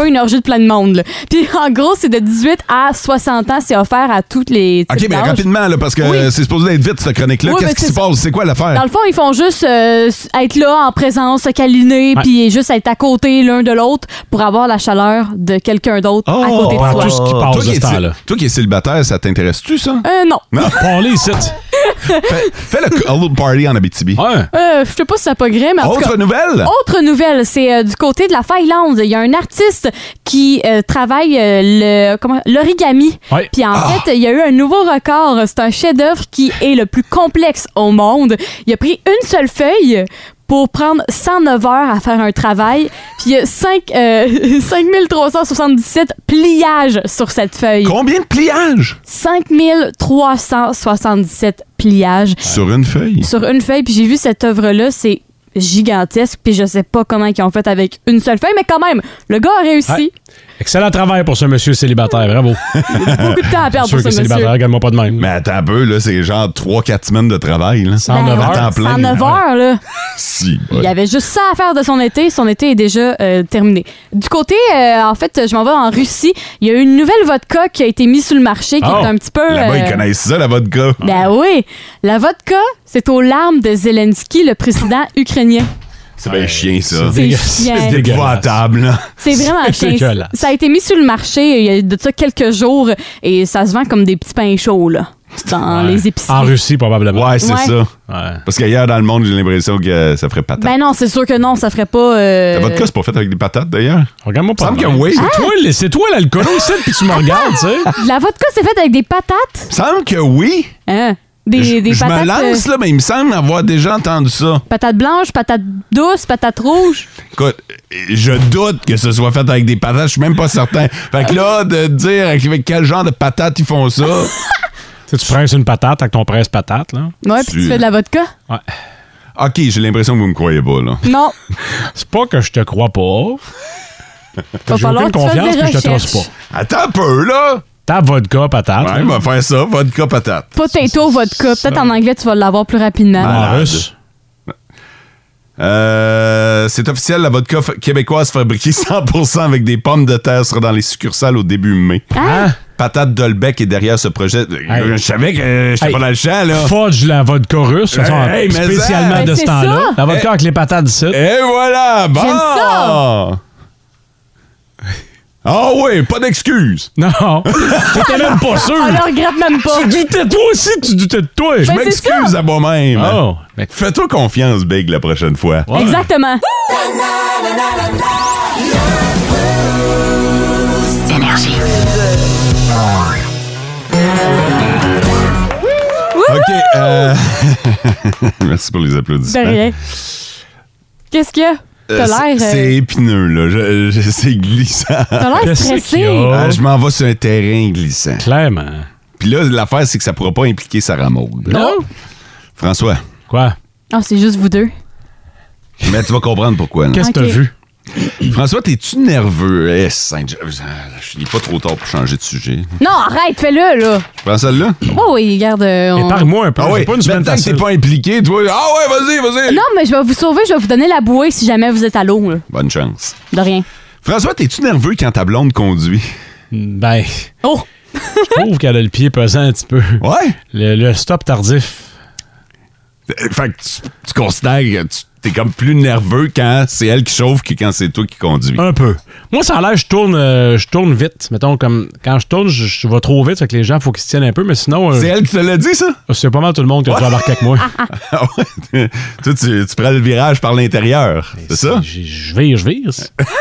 Speaker 6: pas une orgie de plein de monde. Là. Puis en gros, c'est de dix-huit à soixante ans, c'est offert à toutes les types
Speaker 5: OK, mais
Speaker 6: d'âge.
Speaker 5: rapidement, là, parce que
Speaker 6: Oui.
Speaker 5: c'est supposé être vite, cette chronique-là.
Speaker 6: Oui,
Speaker 5: Qu'est-ce
Speaker 6: mais
Speaker 5: qui
Speaker 6: c'est
Speaker 5: se
Speaker 6: ça.
Speaker 5: passe? C'est quoi l'affaire?
Speaker 6: Dans le fond, ils font juste euh, être là en présence, se câliner,
Speaker 7: Ouais.
Speaker 6: puis juste être à côté l'un de l'autre pour avoir la chaleur de quelqu'un d'autre à
Speaker 5: Oh!
Speaker 6: côté de
Speaker 7: Prends
Speaker 6: toi.
Speaker 7: tout ce qui passe
Speaker 5: Toi
Speaker 7: de
Speaker 5: qui,
Speaker 7: ce
Speaker 5: es,
Speaker 7: temps-là.
Speaker 5: toi qui es célibataire, ça t'intéresse-tu, ça?
Speaker 6: Euh, non.
Speaker 5: Non.
Speaker 7: Parlez ici.
Speaker 5: Fais, fais le a little party en Abitibi.
Speaker 7: Ouais.
Speaker 6: Euh, je sais pas si ça paraît, mais en tout cas...
Speaker 5: Autre nouvelle?
Speaker 6: Autre nouvelle, c'est euh, du côté de la Finlande. Il y a un artiste qui euh, travaille euh, le comment l'origami.
Speaker 7: Ouais.
Speaker 6: Puis en
Speaker 5: Ah.
Speaker 6: fait, il y a eu un nouveau record. C'est un chef-d'œuvre qui est le plus complexe au monde. Il a pris une seule feuille pour prendre cent neuf heures à faire un travail. Puis il y a cinq, euh, cinq mille trois cent soixante-dix-sept pliages sur cette feuille.
Speaker 5: Combien de pliages?
Speaker 6: cinq mille trois cent soixante-dix-sept pliages
Speaker 5: Sur une feuille?
Speaker 6: sur une feuille. Puis j'ai vu cette œuvre-là, c'est gigantesque. Puis je sais pas comment ils ont fait avec une seule feuille, mais quand même, le gars a réussi.
Speaker 7: Ouais. Excellent travail pour ce monsieur célibataire. Bravo.
Speaker 6: Beaucoup de temps à perdre
Speaker 7: Sûr
Speaker 6: pour
Speaker 7: que
Speaker 6: ce
Speaker 7: célibataire,
Speaker 6: monsieur.
Speaker 7: regarde-moi pas de même.
Speaker 5: Mais attends un peu, là, c'est genre trois quatre semaines de travail, là.
Speaker 7: cent neuf
Speaker 6: Ben,
Speaker 7: heures.
Speaker 5: À temps plein.
Speaker 6: cent neuf heures, là.
Speaker 5: Si.
Speaker 6: Il y avait juste ça à faire de son été. Son été est déjà euh, terminé. Du côté, euh, en fait, je m'en vais en Russie. Il y a une nouvelle vodka qui a été mise sur le marché qui
Speaker 7: Oh.
Speaker 6: est un petit peu...
Speaker 5: Là-bas, ils
Speaker 6: euh,
Speaker 5: connaissent ça, la vodka.
Speaker 6: Ben oui. La vodka, c'est aux larmes de Zelensky, le président ukrainien.
Speaker 5: C'est bien chien, ça.
Speaker 6: C'est
Speaker 7: dégueulasse.
Speaker 6: chien.
Speaker 5: C'est épouvantable, là.
Speaker 6: C'est vraiment
Speaker 7: C'est
Speaker 6: chien.
Speaker 7: dégueulasse.
Speaker 6: Ça a été mis sur le marché il y a de ça quelques jours et ça se vend comme des petits pains chauds, là, dans
Speaker 7: Ouais.
Speaker 6: les épiceries.
Speaker 7: En Russie, probablement.
Speaker 5: Ouais, c'est
Speaker 6: Ouais.
Speaker 5: ça.
Speaker 7: Ouais.
Speaker 5: Parce qu'ailleurs, dans le monde, j'ai l'impression que ça ferait patate.
Speaker 6: Ben non, c'est sûr que non, ça ferait pas... euh,
Speaker 5: La vodka, c'est pas fait avec des patates, d'ailleurs.
Speaker 7: Regarde-moi pas.
Speaker 5: Semble
Speaker 7: de
Speaker 5: que
Speaker 7: même.
Speaker 5: oui.
Speaker 6: Ah!
Speaker 7: C'est toi, le- c'est toi l'alcoolo ici, puis tu me regardes, tu sais.
Speaker 6: La vodka, c'est faite avec des patates.
Speaker 5: Semble que oui.
Speaker 6: Hein? Des,
Speaker 5: je
Speaker 6: des
Speaker 5: je
Speaker 6: patates...
Speaker 5: me lance,
Speaker 6: euh,
Speaker 5: là, mais il me semble avoir déjà entendu ça.
Speaker 6: patates blanches, patates douces, patates rouges.
Speaker 5: Écoute, je doute que ce soit fait avec des patates, je suis même pas certain. Fait que là, de dire avec quel genre de patates ils font ça.
Speaker 7: Tu sais, tu presses une patate avec ton presse-patate, là.
Speaker 6: Ouais, puis tu
Speaker 5: Tu-
Speaker 6: fais de la vodka.
Speaker 7: Ouais.
Speaker 5: OK, j'ai l'impression que vous me croyez pas, là.
Speaker 6: Non.
Speaker 7: C'est pas que je te crois pas.
Speaker 6: Va
Speaker 7: J'ai
Speaker 6: falloir
Speaker 7: aucune
Speaker 6: que tu fasses
Speaker 7: confiance,
Speaker 6: des
Speaker 7: puis je te trosse
Speaker 6: recherches.
Speaker 7: pas.
Speaker 5: Attends un peu, là.
Speaker 7: Ta vodka, patate.
Speaker 5: Ouais,
Speaker 7: là.
Speaker 5: on va faire ça, vodka patate.
Speaker 6: Potato vodka. Peut-être en anglais, tu vas l'avoir plus rapidement.
Speaker 7: En
Speaker 5: Malade.
Speaker 7: russe.
Speaker 5: Euh, c'est officiel, la vodka f- québécoise fabriquée cent pour cent avec des pommes de terre sera dans les succursales au début mai.
Speaker 6: Hein?
Speaker 7: Hein?
Speaker 5: Patate Dolbec est derrière ce projet.
Speaker 7: Hey.
Speaker 5: Je savais que euh, j'étais
Speaker 7: Hey.
Speaker 5: pas dans le champ, là.
Speaker 7: Fudge la vodka russe, de toute façon,
Speaker 5: Hey, mais
Speaker 7: spécialement
Speaker 6: ça.
Speaker 7: de
Speaker 6: Ben,
Speaker 7: ce
Speaker 6: c'est
Speaker 7: temps-là.
Speaker 6: ça.
Speaker 7: La vodka avec les patates d'ici.
Speaker 5: Et voilà! Bon!
Speaker 6: J'aime ça.
Speaker 5: Ah oui, pas d'excuses.
Speaker 7: Non, t'étais même pas sûr.
Speaker 6: On le regrette même pas.
Speaker 7: Tu doutais toi aussi, tu doutais de toi.
Speaker 5: Je
Speaker 6: Ben, c'est
Speaker 5: m'excuse
Speaker 6: ça.
Speaker 5: à moi-même.
Speaker 7: Oh, mais
Speaker 5: Fais-toi confiance, Big, la prochaine fois.
Speaker 7: ouais.
Speaker 6: Exactement.
Speaker 5: OK. euh, Merci pour les
Speaker 6: De
Speaker 5: applaudissements.
Speaker 6: rien. Qu'est-ce qu'il y a?
Speaker 5: Euh,
Speaker 6: T'as
Speaker 5: c'est-
Speaker 6: l'air... euh,
Speaker 5: C'est épineux, là. Je- je- c'est glissant.
Speaker 6: T'as l'air
Speaker 7: Qu'est-ce
Speaker 6: stressé.
Speaker 7: qu'il y a?
Speaker 5: Ah, je m'en vais sur un terrain glissant.
Speaker 7: Clairement.
Speaker 5: Puis là, l'affaire, c'est que ça pourra pas impliquer Sarah Maud.
Speaker 7: Non?
Speaker 5: François,
Speaker 7: Quoi?
Speaker 6: Ah, c'est juste vous deux.
Speaker 5: mais tu vas comprendre pourquoi. là.
Speaker 7: Qu'est-ce que
Speaker 6: Ok.
Speaker 7: t'as vu?
Speaker 5: François, t'es-tu nerveux? Eh, Sainte- je dis pas trop tard pour changer de sujet.
Speaker 6: Non, arrête, fais-le, là.
Speaker 5: Prends celle-là?
Speaker 6: Oh oui, regarde. euh, on-
Speaker 7: Épargne-moi un peu.
Speaker 5: Ah
Speaker 7: J'ai
Speaker 5: oui,
Speaker 7: pas une semaine
Speaker 5: maintenant que t'es
Speaker 7: facile.
Speaker 5: pas impliqué, toi. Ah ouais, vas-y, vas-y.
Speaker 6: Non, mais je vais vous sauver, je vais vous donner la bouée si jamais vous êtes à l'eau, là.
Speaker 5: Bonne chance.
Speaker 6: De rien.
Speaker 5: François, t'es-tu nerveux quand ta blonde conduit?
Speaker 7: Ben,
Speaker 6: Oh!
Speaker 7: je trouve qu'elle a le pied pesant un petit peu.
Speaker 5: Ouais.
Speaker 7: Le, le stop tardif.
Speaker 5: Euh, Fait que tu, tu considères que tu t'es comme plus nerveux quand c'est elle qui chauffe que quand c'est toi qui conduis.
Speaker 7: Un peu. Moi, ça a l'air, je tourne, euh, je tourne vite. Mettons, comme quand je tourne, je, je vais trop vite, fait que les gens, il faut qu'ils se tiennent un peu, mais sinon, euh,
Speaker 5: C'est elle qui te l'a dit, ça?
Speaker 7: c'est pas mal tout le monde qui a déjà embarqué avec moi.
Speaker 5: Ah ouais? Toi, tu, tu prends le virage par l'intérieur. C'est ça?
Speaker 7: J'ai- Je vire, je vire.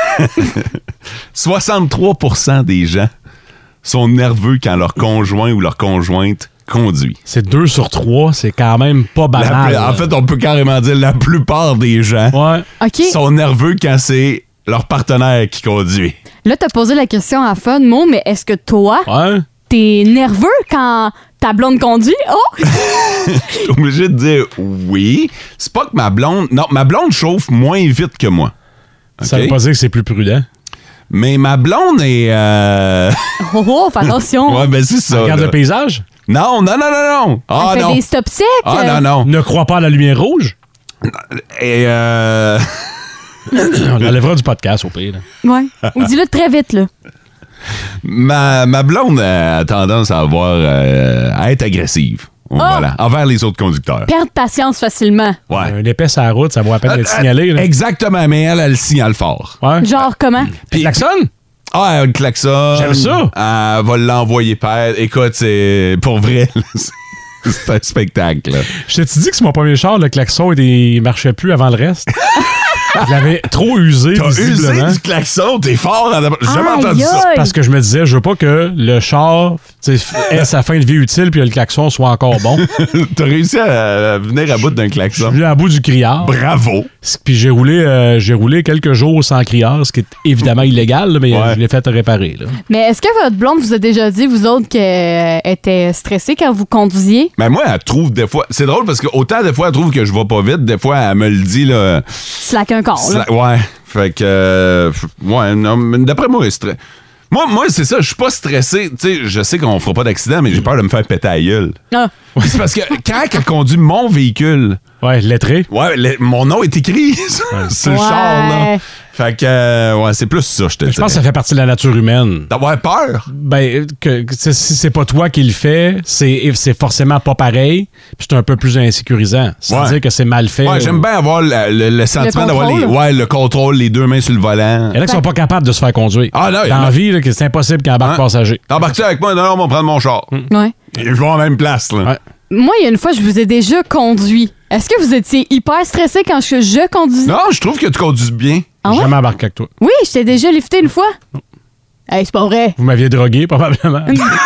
Speaker 5: soixante-trois pour cent des gens sont nerveux quand leur conjoint ou leur conjointe conduit.
Speaker 7: C'est deux sur trois, c'est quand même pas
Speaker 5: La
Speaker 7: banal.
Speaker 5: plu- en fait, on peut carrément dire la plupart des gens
Speaker 7: ouais.
Speaker 6: OK.
Speaker 5: sont nerveux quand c'est leur partenaire qui conduit.
Speaker 6: Là, t'as posé la question à Fun, Mo, mais est-ce que toi,
Speaker 7: Ouais.
Speaker 6: t'es nerveux quand ta blonde conduit? Oh!
Speaker 5: Je suis obligé de dire oui. C'est pas que ma blonde... Non, ma blonde chauffe moins vite que moi.
Speaker 7: Ça
Speaker 5: OK?
Speaker 7: veut pas dire que c'est plus prudent.
Speaker 5: Mais ma blonde est... euh,
Speaker 6: Oh, oh, fais attention.
Speaker 5: ouais, ben c'est ça.
Speaker 7: Regarde
Speaker 5: là.
Speaker 7: le paysage.
Speaker 5: Non, non, non, non, non. Ah,
Speaker 6: Elle fait
Speaker 5: non.
Speaker 6: des stop secs.
Speaker 5: Ah, non, non.
Speaker 7: Ne crois pas à la lumière rouge.
Speaker 5: Et euh...
Speaker 7: On enlèvera du podcast au pire. Là.
Speaker 6: Ouais. Ou dis-le très vite, là.
Speaker 5: Ma, ma blonde a tendance à avoir euh, à être agressive.
Speaker 6: Oh!
Speaker 5: Voilà, envers les autres conducteurs.
Speaker 6: Perdre patience facilement.
Speaker 5: Ouais.
Speaker 7: Un épais sur la route, ça vaut à peine d'être
Speaker 5: Euh,
Speaker 7: signalé. Là.
Speaker 5: Exactement, mais elle, elle signale fort.
Speaker 7: Ouais.
Speaker 6: Genre comment?
Speaker 5: Puis,
Speaker 7: klaxon?
Speaker 5: Ah, elle klaxonne.
Speaker 7: J'aime ça.
Speaker 5: Elle va l'envoyer père. Écoute, c'est pour vrai, là, c'est, c'est un spectacle. Là.
Speaker 7: Je t'ai dit que c'est mon premier char, le klaxon, il marchait plus avant le reste. Je l'avais trop usé,
Speaker 5: T'as usé
Speaker 7: visiblement.
Speaker 5: du klaxon, t'es fort. En... J'ai jamais
Speaker 6: Aïe,
Speaker 5: entendu ça.
Speaker 6: aïe.
Speaker 7: Parce que je me disais, je veux pas que le char tu sais, ait sa fin de vie utile puis le klaxon soit encore bon.
Speaker 5: T'as réussi à venir à bout d'un
Speaker 7: Je
Speaker 5: klaxon.
Speaker 7: suis venu à bout du criard.
Speaker 5: Bravo.
Speaker 7: Puis j'ai roulé, euh, j'ai roulé quelques jours sans criard, ce qui est évidemment illégal, là, mais
Speaker 5: Ouais.
Speaker 7: je l'ai fait réparer. Là.
Speaker 6: Mais est-ce que votre blonde vous a déjà dit, vous autres, qu'elle était stressée quand vous conduisiez?
Speaker 5: Mais moi, elle trouve des fois... C'est drôle parce que autant des fois, elle trouve que je vais pas vite, des fois, elle me le dit, là...
Speaker 6: Slack un corps, là.
Speaker 5: Sla- Ouais. Fait que... euh, ouais, non, mais d'après moi, c'est stre- Moi, moi c'est ça, je suis pas stressé. Tu sais, je sais qu'on fera pas d'accident, mais j'ai peur de me faire péter à la gueule.
Speaker 6: Ah.
Speaker 5: C'est parce que quand elle conduit mon véhicule...
Speaker 7: Ouais, lettré.
Speaker 5: Ouais, le- mon nom est écrit sur le
Speaker 6: Ouais.
Speaker 5: char, là. Fait que... euh, ouais, c'est plus ça, je te dis.
Speaker 7: Je pense que ça fait partie de la nature humaine.
Speaker 5: D'avoir peur?
Speaker 7: Ben, que, que c'est- si c'est pas toi qui le fais, c'est, c'est forcément pas pareil, puis c'est un peu plus insécurisant. C'est-à-dire
Speaker 5: Ouais.
Speaker 7: que c'est mal fait.
Speaker 5: Ouais, j'aime bien avoir le, le- le sentiment d'avoir les,
Speaker 6: contrôle.
Speaker 5: ouais, le contrôle, les deux mains sur le volant.
Speaker 7: Il y en a qui sont pas capables de se faire conduire.
Speaker 5: Ah, non, il y en
Speaker 7: Dans
Speaker 5: a-
Speaker 7: la vie, là, que c'est impossible qu'un embarque
Speaker 5: Hein?
Speaker 7: passager.
Speaker 5: T'embarques-tu avec moi? Non, non, on va prendre mon char.
Speaker 6: Ouais.
Speaker 5: Ils vont en même place, là.
Speaker 7: Ouais.
Speaker 6: Moi, il y a une fois, je vous ai déjà conduit. Est-ce que vous étiez hyper stressé quand je, je conduisais?
Speaker 5: Non, je trouve que tu conduis bien.
Speaker 6: Ah
Speaker 7: J'ai
Speaker 6: ouais?
Speaker 7: jamais embarqué avec toi.
Speaker 6: Oui, je t'ai déjà lifté une fois. Hey, c'est pas vrai.
Speaker 7: Vous m'aviez drogué, probablement.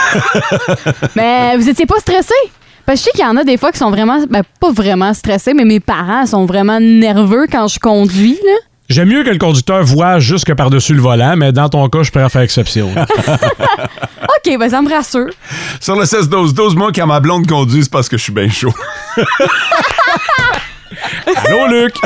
Speaker 6: Mais vous étiez pas stressé? Parce que je sais qu'il y en a des fois qui sont vraiment, ben pas vraiment stressés, mais mes parents sont vraiment nerveux quand je conduis, là.
Speaker 7: J'aime mieux que le conducteur voit jusque par-dessus le volant, mais dans ton cas, je préfère faire exception.
Speaker 6: OK, ben ça me rassure.
Speaker 5: Sur le seize douze douze, moi, quand ma blonde conduit, c'est parce que je suis bien chaud.
Speaker 7: Allô, Luc?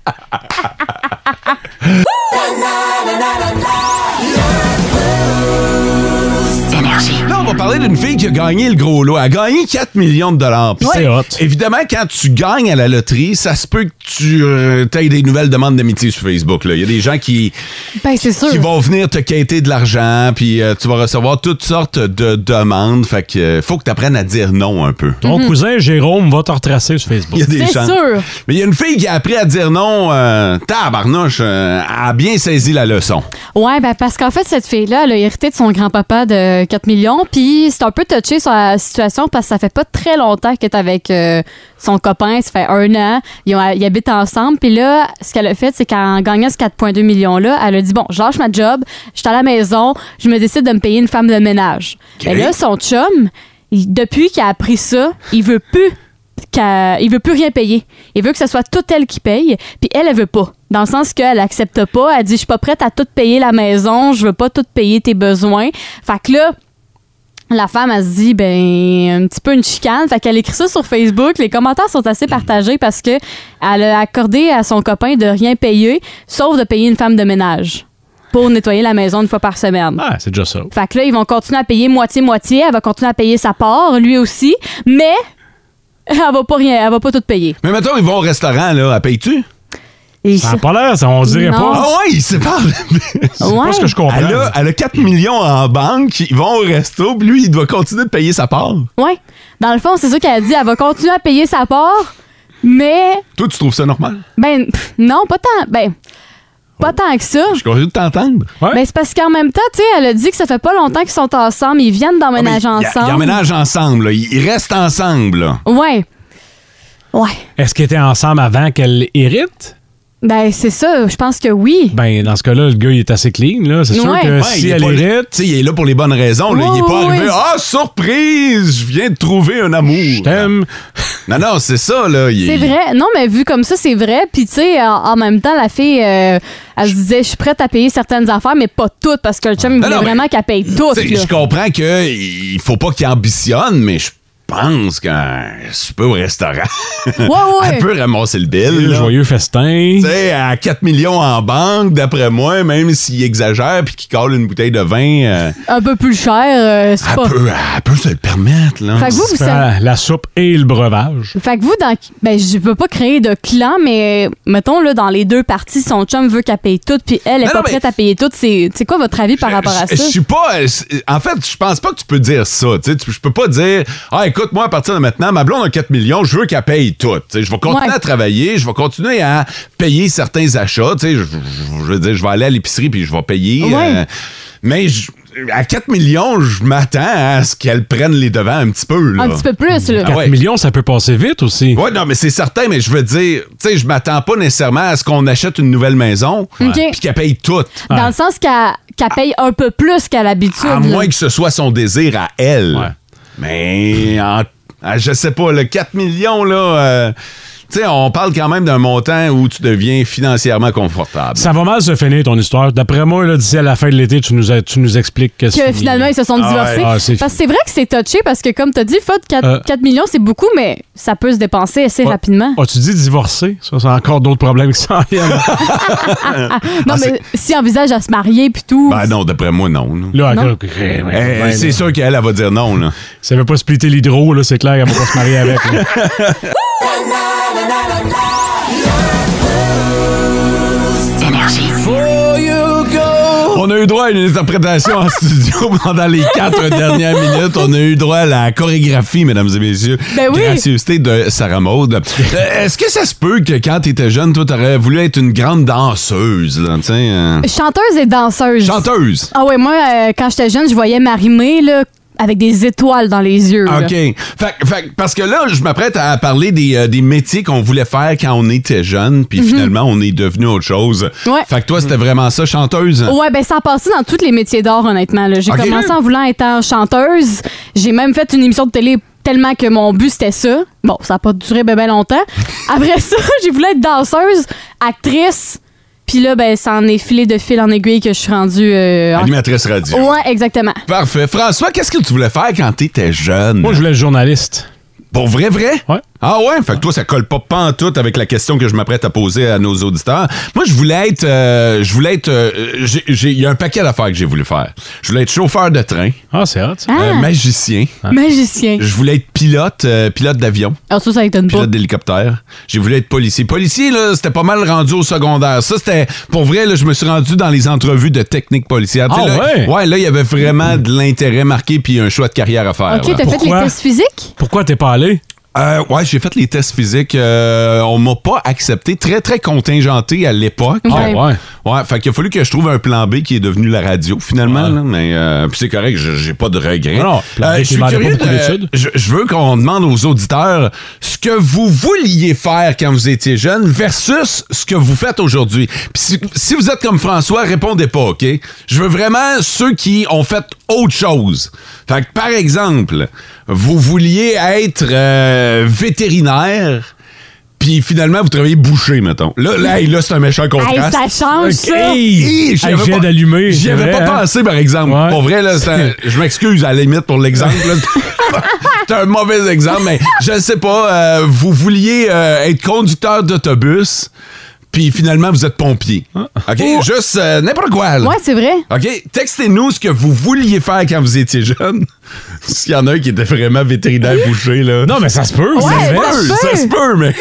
Speaker 5: Là, on va parler d'une fille qui a gagné le gros lot. Elle a gagné quatre millions de dollars. Puis
Speaker 7: C'est hot.
Speaker 5: Évidemment, quand tu gagnes à la loterie, ça se peut que tu euh, aies des nouvelles demandes d'amitié sur Facebook. là. Il y a des gens qui,
Speaker 6: Ben c'est sûr.
Speaker 5: qui vont venir te quêter de l'argent, puis euh, tu vas recevoir toutes sortes de demandes. Fait que euh, faut que tu apprennes à dire non un peu.
Speaker 7: Ton cousin Jérôme va te retracer sur Facebook.
Speaker 5: Il y a des
Speaker 6: C'est
Speaker 5: chances.
Speaker 6: sûr.
Speaker 5: Mais il y a une fille qui a appris à dire non, euh, tabarnouche, euh, elle a bien saisi la leçon.
Speaker 6: Ouais, ben parce qu'en fait, cette fille-là, elle a hérité de son grand-papa de quatre millions, puis c'est un peu touché sur la situation parce que ça fait pas très longtemps qu'elle est avec euh, son copain, ça fait un an, ils, ont- ils habitent ensemble, puis là, ce qu'elle a fait, c'est qu'en gagnant ce quatre virgule deux millions-là, elle a dit, bon, je lâche ma job, je suis à la maison, je me décide de me payer une femme de ménage.
Speaker 5: OK.
Speaker 6: Et là, son chum, il- depuis qu'il a appris ça, il veut plus qu'elle- il veut plus rien payer. Il veut que ce soit tout elle qui paye, puis elle, elle veut pas. Dans le sens qu'elle accepte pas. Elle dit, je suis pas prête à tout payer la maison, je veux pas tout payer tes besoins. Fait que là, la femme, elle se dit, ben, un petit peu une chicane. Fait qu'elle écrit ça sur Facebook. Les commentaires sont assez partagés parce que elle a accordé à son copain de rien payer, sauf de payer une femme de ménage pour nettoyer la maison une fois par semaine.
Speaker 7: Ah, c'est déjà ça.
Speaker 6: Fait que là, ils vont continuer à payer moitié-moitié. Elle va continuer à payer sa part, lui aussi. Mais elle va pas rien, elle va pas tout payer.
Speaker 5: Mais mettons, ils vont au restaurant, là, elle paye-tu?
Speaker 6: Et
Speaker 7: Ça n'a pas l'air, ça, on dirait
Speaker 6: Non.
Speaker 7: pas.
Speaker 5: Ah ouais, ils se parlent.
Speaker 7: C'est
Speaker 6: Ouais.
Speaker 7: pas ce que je comprends.
Speaker 5: Elle a, elle a quatre millions en banque, ils vont au resto, puis lui, il doit continuer de payer sa part.
Speaker 6: Ouais. Dans le fond, c'est ça qu'elle a dit. Elle va continuer à payer sa part, mais
Speaker 5: Toi, tu trouves ça normal?
Speaker 6: ben pff, non, pas tant. Ben pas tant que ça.
Speaker 5: Je suis curieux de t'entendre.
Speaker 7: Ouais.
Speaker 6: Mais c'est parce qu'en même temps, tu sais, elle a dit que ça fait pas longtemps qu'ils sont ensemble. Ils viennent d'emménager
Speaker 5: Ah, mais
Speaker 6: ensemble.
Speaker 5: Ils emménagent ensemble, là. Ils ils restent ensemble, là.
Speaker 6: Ouais. Ouais.
Speaker 7: Est-ce qu'ils étaient ensemble avant qu'elle hérite?
Speaker 6: Ben c'est ça. Je pense que oui.
Speaker 7: Ben, dans ce cas-là, le gars, il est assez clean, là. C'est sûr
Speaker 6: Ouais.
Speaker 7: que
Speaker 5: Ouais,
Speaker 7: si
Speaker 5: il est
Speaker 7: elle
Speaker 5: pas-
Speaker 7: hérite,
Speaker 5: tu sais, il est là pour les bonnes raisons. Là.
Speaker 6: Oui,
Speaker 5: il est pas
Speaker 6: oui,
Speaker 5: arrivé.
Speaker 6: oui.
Speaker 5: Ah, surprise! Je viens de trouver un amour.
Speaker 7: je t'aime.
Speaker 5: Non, non, c'est ça, là. Il-
Speaker 6: C'est vrai. Non, mais vu comme ça, c'est vrai. Puis, tu sais, en, en même temps, la fille, euh, elle se disait, je suis prête à payer certaines affaires, mais pas toutes, parce que le chum, il
Speaker 5: Non,
Speaker 6: voulait
Speaker 5: non, mais-
Speaker 6: vraiment qu'elle paye
Speaker 5: Tu
Speaker 6: toutes.
Speaker 5: sais,
Speaker 6: là.
Speaker 5: je comprends qu'il faut pas qu'il ambitionne, mais je pense qu'un souper au restaurant,
Speaker 6: Ouais, ouais.
Speaker 5: elle peut ramasser le bill.
Speaker 7: Le
Speaker 5: là.
Speaker 7: joyeux festin.
Speaker 5: Tu sais, à quatre millions en banque, d'après moi, même s'il exagère puis qu'il colle une bouteille de vin, euh,
Speaker 6: Un peu plus cher, euh, c'est
Speaker 5: elle,
Speaker 6: pas...
Speaker 5: peut, elle peut se le permettre. Là.
Speaker 6: Fait que vous, vous savez...
Speaker 7: La, la soupe et le breuvage.
Speaker 6: Fait que vous, dans... ben, je veux pas créer de clan, mais mettons, là, dans les deux parties, son chum veut qu'elle paye tout, puis elle est
Speaker 5: Non,
Speaker 6: pas
Speaker 5: non, mais-
Speaker 6: prête à payer tout. C'est c'est quoi votre avis par rapport à
Speaker 5: Je-
Speaker 6: ça?
Speaker 5: Je suis pas. euh, En fait, je pense pas que tu peux dire ça. Tu sais, tu- je peux pas dire Ah, écoute, moi, à partir de maintenant, ma blonde a quatre millions, je veux qu'elle paye tout. Tu sais, je vais continuer
Speaker 6: Ouais.
Speaker 5: à travailler, je vais continuer à payer certains achats. Tu sais, je, je- je veux dire, je vais aller à l'épicerie puis je vais payer.
Speaker 6: Ouais.
Speaker 5: euh, mais je- à quatre millions, je m'attends à ce qu'elle prenne les devants un petit peu. Là.
Speaker 6: Un petit peu plus, là.
Speaker 5: Ah
Speaker 7: quatre
Speaker 5: ouais.
Speaker 7: millions, ça peut passer vite aussi.
Speaker 5: Ouais, non, mais c'est certain, mais je veux dire, tu sais, je m'attends pas nécessairement à ce qu'on achète une nouvelle maison
Speaker 6: OK.
Speaker 5: puis qu'elle paye tout.
Speaker 6: Dans le sens qu'elle qu'elle paye un peu plus qu'à l'habitude.
Speaker 5: À
Speaker 6: là.
Speaker 5: moins que ce soit son désir à elle.
Speaker 7: Ouais.
Speaker 5: Mais, en- ah, je sais pas, le quatre millions, là, euh, tu sais, on parle quand même d'un montant où tu deviens financièrement confortable.
Speaker 7: Ça va mal se finir ton histoire. D'après moi, là, d'ici à la fin de l'été, tu nous, a- tu nous expliques que c'est
Speaker 6: Que
Speaker 7: fini.
Speaker 6: finalement, ils se sont
Speaker 5: Ah
Speaker 6: divorcés.
Speaker 5: ouais.
Speaker 7: Ah, c'est
Speaker 6: parce que c'est vrai que c'est touché, parce que comme t'as dit, Fod, quatre,
Speaker 7: Euh.
Speaker 6: quatre millions, c'est beaucoup, mais ça peut se dépenser assez
Speaker 7: Ah.
Speaker 6: rapidement.
Speaker 7: As-tu dit divorcer? Ça, c'est encore d'autres problèmes qui s'en viennent.
Speaker 6: non,
Speaker 5: Ah,
Speaker 6: mais si envisage à se marier puis tout.
Speaker 5: Ben non, d'après moi, non. là.
Speaker 7: Là,
Speaker 6: Non.
Speaker 7: ok, ok, ouais,
Speaker 5: Eh,
Speaker 7: ben,
Speaker 5: c'est
Speaker 7: là.
Speaker 5: sûr qu'elle, elle va dire non, là.
Speaker 7: Ça veut pas splitter l'hydro, là, c'est clair qu'elle va pas se marier avec. là.
Speaker 5: On a eu droit à une interprétation en studio pendant les quatre dernières minutes. On a eu droit à la chorégraphie, mesdames et messieurs.
Speaker 6: Ben oui.
Speaker 5: Gracieuseté de Sarah Maud. Euh, Est-ce que ça se peut que quand t'étais jeune, toi, t'aurais voulu être une grande danseuse, là, tu sais? euh,
Speaker 6: Chanteuse et danseuse.
Speaker 5: Chanteuse.
Speaker 6: Ah ouais, moi, euh, quand j'étais jeune, je voyais Marie-Mé, là, avec des étoiles dans les yeux. là.
Speaker 5: OK. Fait, fait- parce que là, je m'apprête à parler des, euh, des métiers qu'on voulait faire quand on était jeune, puis finalement, on est devenu autre chose.
Speaker 6: Mhm. Ouais.
Speaker 5: Fait que toi, c'était vraiment ça, chanteuse?
Speaker 6: Ouais, ben ça a passé dans tous les métiers d'art, honnêtement. là. J'ai
Speaker 5: Ok.
Speaker 6: commencé en voulant être chanteuse. J'ai même fait une émission de télé tellement que mon but, c'était ça. Bon, ça n'a pas duré bien ben longtemps. Après ça, j'ai voulu être danseuse, actrice. Puis là, ben, ça en est filé de fil en aiguille que je suis rendue... euh, en-
Speaker 5: Animatrice radio.
Speaker 6: Ouais, exactement.
Speaker 5: Parfait. François, qu'est-ce que tu voulais faire quand t'étais jeune?
Speaker 7: Moi, je voulais être journaliste.
Speaker 5: Pour vrai, vrai?
Speaker 7: Ouais.
Speaker 5: Ah ouais? Fait que toi, ça colle pas pantoute avec la question que je m'apprête à poser à nos auditeurs. Moi, je voulais être... euh, je voulais être... euh, j'ai- j'ai- Il y a un paquet d'affaires que j'ai voulu faire. Je voulais être chauffeur de train,
Speaker 7: Ah, c'est hot, ça.
Speaker 6: Ah,
Speaker 5: euh, magicien.
Speaker 6: magicien.
Speaker 5: Je voulais être pilote, euh, pilote d'avion,
Speaker 6: Alors ça, ça étonne pas.
Speaker 5: pilote d'hélicoptère. J'ai voulu être policier. Policier, là, c'était pas mal rendu au secondaire. Ça, c'était... Pour vrai, là, je me suis rendu dans les entrevues de technique policière. Tu sais,
Speaker 7: Ah
Speaker 5: là,
Speaker 7: ouais?
Speaker 5: Ouais, là, il y avait vraiment de l'intérêt marqué puis un choix de carrière à faire.
Speaker 6: OK,
Speaker 5: là.
Speaker 6: t'as fait les
Speaker 7: Pourquoi?
Speaker 6: tests physiques?
Speaker 7: Pourquoi t'es pas allé?
Speaker 5: Euh, ouais, j'ai fait les tests physiques. Euh, on m'a pas accepté. Très, très contingenté à l'époque.
Speaker 6: Ouais.
Speaker 7: Ah, ouais.
Speaker 5: Ouais, fait qu'il a fallu que je trouve un plan B qui est devenu la radio, finalement.
Speaker 7: Ouais.
Speaker 5: Là, mais euh, puis c'est correct, je- j'ai pas de regrets.
Speaker 7: Non, non, plan B
Speaker 5: Euh,
Speaker 7: qui
Speaker 5: je suis
Speaker 7: demandait pas
Speaker 5: curieux
Speaker 7: beaucoup
Speaker 5: de-
Speaker 7: d'études.
Speaker 5: je, je veux qu'on demande aux auditeurs ce que vous vouliez faire quand vous étiez jeune versus ce que vous faites aujourd'hui. Puis si, si vous êtes comme François, répondez pas, OK? Je veux vraiment ceux qui ont fait autre chose. Fait que, par exemple, vous vouliez être euh, vétérinaire, puis finalement, vous travaillez boucher, mettons. Là, là, hey, là c'est un méchant contraste.
Speaker 6: Hey, ça change, ça.
Speaker 5: Hey, j'y
Speaker 7: Hey,
Speaker 5: avais
Speaker 7: je viens
Speaker 5: pas-
Speaker 7: d'allumer,
Speaker 5: J'y
Speaker 7: c'est
Speaker 5: avais
Speaker 7: vrai,
Speaker 5: pas
Speaker 7: hein?
Speaker 5: pensé, par exemple.
Speaker 7: Ouais.
Speaker 5: Pour vrai, là, c'est un- je m'excuse à la limite pour l'exemple. là. C'est un mauvais exemple, mais je sais pas. euh, vous vouliez euh, être conducteur d'autobus, puis finalement, vous êtes pompier. OK? Juste euh, n'importe quoi. là.
Speaker 6: Ouais, c'est vrai.
Speaker 5: OK? Textez-nous ce que vous vouliez faire quand vous étiez jeune. S'il y en a un qui était vraiment vétérinaire boucher, là.
Speaker 7: Non, mais ça se peut.
Speaker 6: Ouais,
Speaker 7: c'est vrai.
Speaker 6: ça se peut.
Speaker 5: ça se peut, mais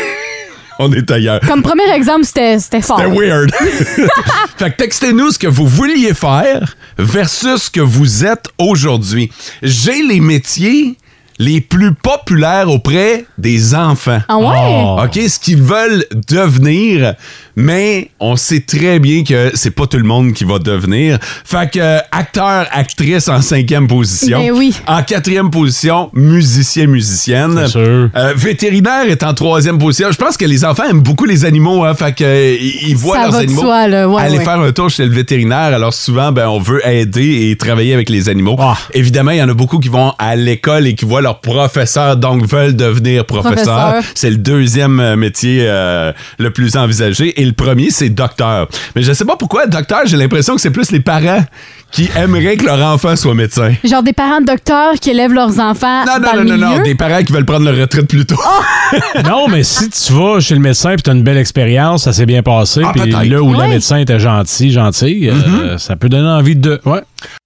Speaker 5: on est ailleurs.
Speaker 6: Comme premier exemple, c'était c'était fort.
Speaker 5: C'était weird. Fait que textez-nous ce que vous vouliez faire versus ce que vous êtes aujourd'hui. J'ai les métiers les plus populaires auprès des enfants.
Speaker 6: Ah ouais?
Speaker 7: Oh.
Speaker 5: OK, ce qu'ils veulent devenir, mais on sait très bien que c'est pas tout le monde qui va devenir. Fait que euh, acteur, actrice en cinquième position.
Speaker 6: Ben oui.
Speaker 5: En quatrième position, musicien, musicienne.
Speaker 7: C'est sûr.
Speaker 5: Euh, vétérinaire est en troisième position. Je pense que les enfants aiment beaucoup les animaux, hein, fait que euh, ils ils voient
Speaker 6: Ça
Speaker 5: leurs
Speaker 6: va de
Speaker 5: animaux.
Speaker 6: soi, là. Ouais,
Speaker 5: aller
Speaker 6: ouais.
Speaker 5: faire un tour chez le vétérinaire. Alors souvent, ben, on veut aider et travailler avec les animaux.
Speaker 7: Ah.
Speaker 5: Évidemment, il y en a beaucoup qui vont à l'école et qui voient leur professeur, donc veulent devenir professeur.
Speaker 6: Professeur.
Speaker 5: C'est le deuxième euh, métier euh, le plus envisagé. Et le premier, c'est docteur. Mais je sais pas pourquoi, docteur, j'ai l'impression que c'est plus les parents qui aimeraient que leur enfant soit médecin.
Speaker 6: Genre des parents de docteurs qui élèvent leurs enfants
Speaker 5: Non, non,
Speaker 6: dans
Speaker 5: non,
Speaker 6: le
Speaker 5: non,
Speaker 6: milieu.
Speaker 5: non, des parents qui veulent prendre leur retraite plus tôt.
Speaker 7: Non, mais si tu vas chez le médecin et tu as une belle expérience, ça s'est bien passé,
Speaker 5: Ah,
Speaker 7: puis
Speaker 5: peut-être.
Speaker 7: là où la
Speaker 6: Ouais.
Speaker 7: médecin était gentil, gentil, euh, ça peut donner envie de... Ouais.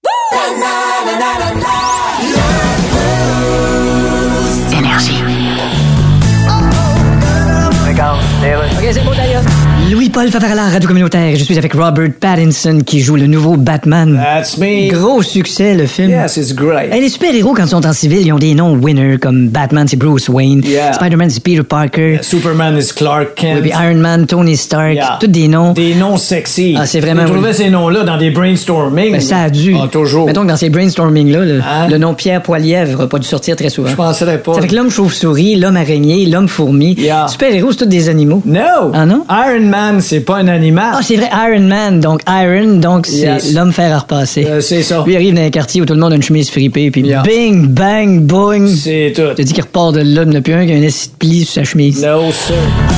Speaker 2: OK, c'est bon, d'ailleurs. Louis-Paul Favarala, Radio Communautaire. Je suis avec Robert Pattinson qui joue le nouveau Batman.
Speaker 4: That's me.
Speaker 2: Gros succès, le film.
Speaker 4: Yes, it's great.
Speaker 2: Hey, les super-héros, quand ils sont en civil, ils ont des noms winners, comme Batman, c'est Bruce Wayne.
Speaker 4: Yeah.
Speaker 2: Spider-Man, c'est Peter Parker.
Speaker 4: Superman is Clark Kent.
Speaker 2: Oui, puis Iron Man, Tony Stark.
Speaker 4: Yeah.
Speaker 2: Tous des noms.
Speaker 4: Des noms sexy.
Speaker 2: Ah, c'est vraiment,
Speaker 4: Je trouvais
Speaker 2: oui.
Speaker 4: ces noms-là dans des brainstorming.
Speaker 2: Ben, ça a dû.
Speaker 4: Ah, toujours.
Speaker 2: Mettons que dans ces brainstorming-là, le,
Speaker 4: Hein?
Speaker 2: le nom Pierre Poilièvre n'a pas dû sortir très souvent.
Speaker 4: Je penserais pas.
Speaker 2: C'est avec l'homme chauve-souris, l'homme araignée, l'homme fourmi.
Speaker 4: Yeah.
Speaker 2: Super-héros, c'est tous des animaux.
Speaker 4: No.
Speaker 2: Ah non?
Speaker 4: Iron Man, c'est pas un animal.
Speaker 2: Ah, c'est vrai, Iron Man. Donc, Iron, donc c'est
Speaker 4: Yes.
Speaker 2: l'homme fer à repasser.
Speaker 4: Euh, c'est ça.
Speaker 2: Lui arrive dans un quartier où tout le monde a une chemise fripée, puis
Speaker 4: Yeah.
Speaker 2: bing, bang, boing.
Speaker 4: C'est tout.
Speaker 2: T'as dit qu'il repart de là, il n'y en a plus un qui a un esti de pli sur sa chemise.
Speaker 4: No, sir.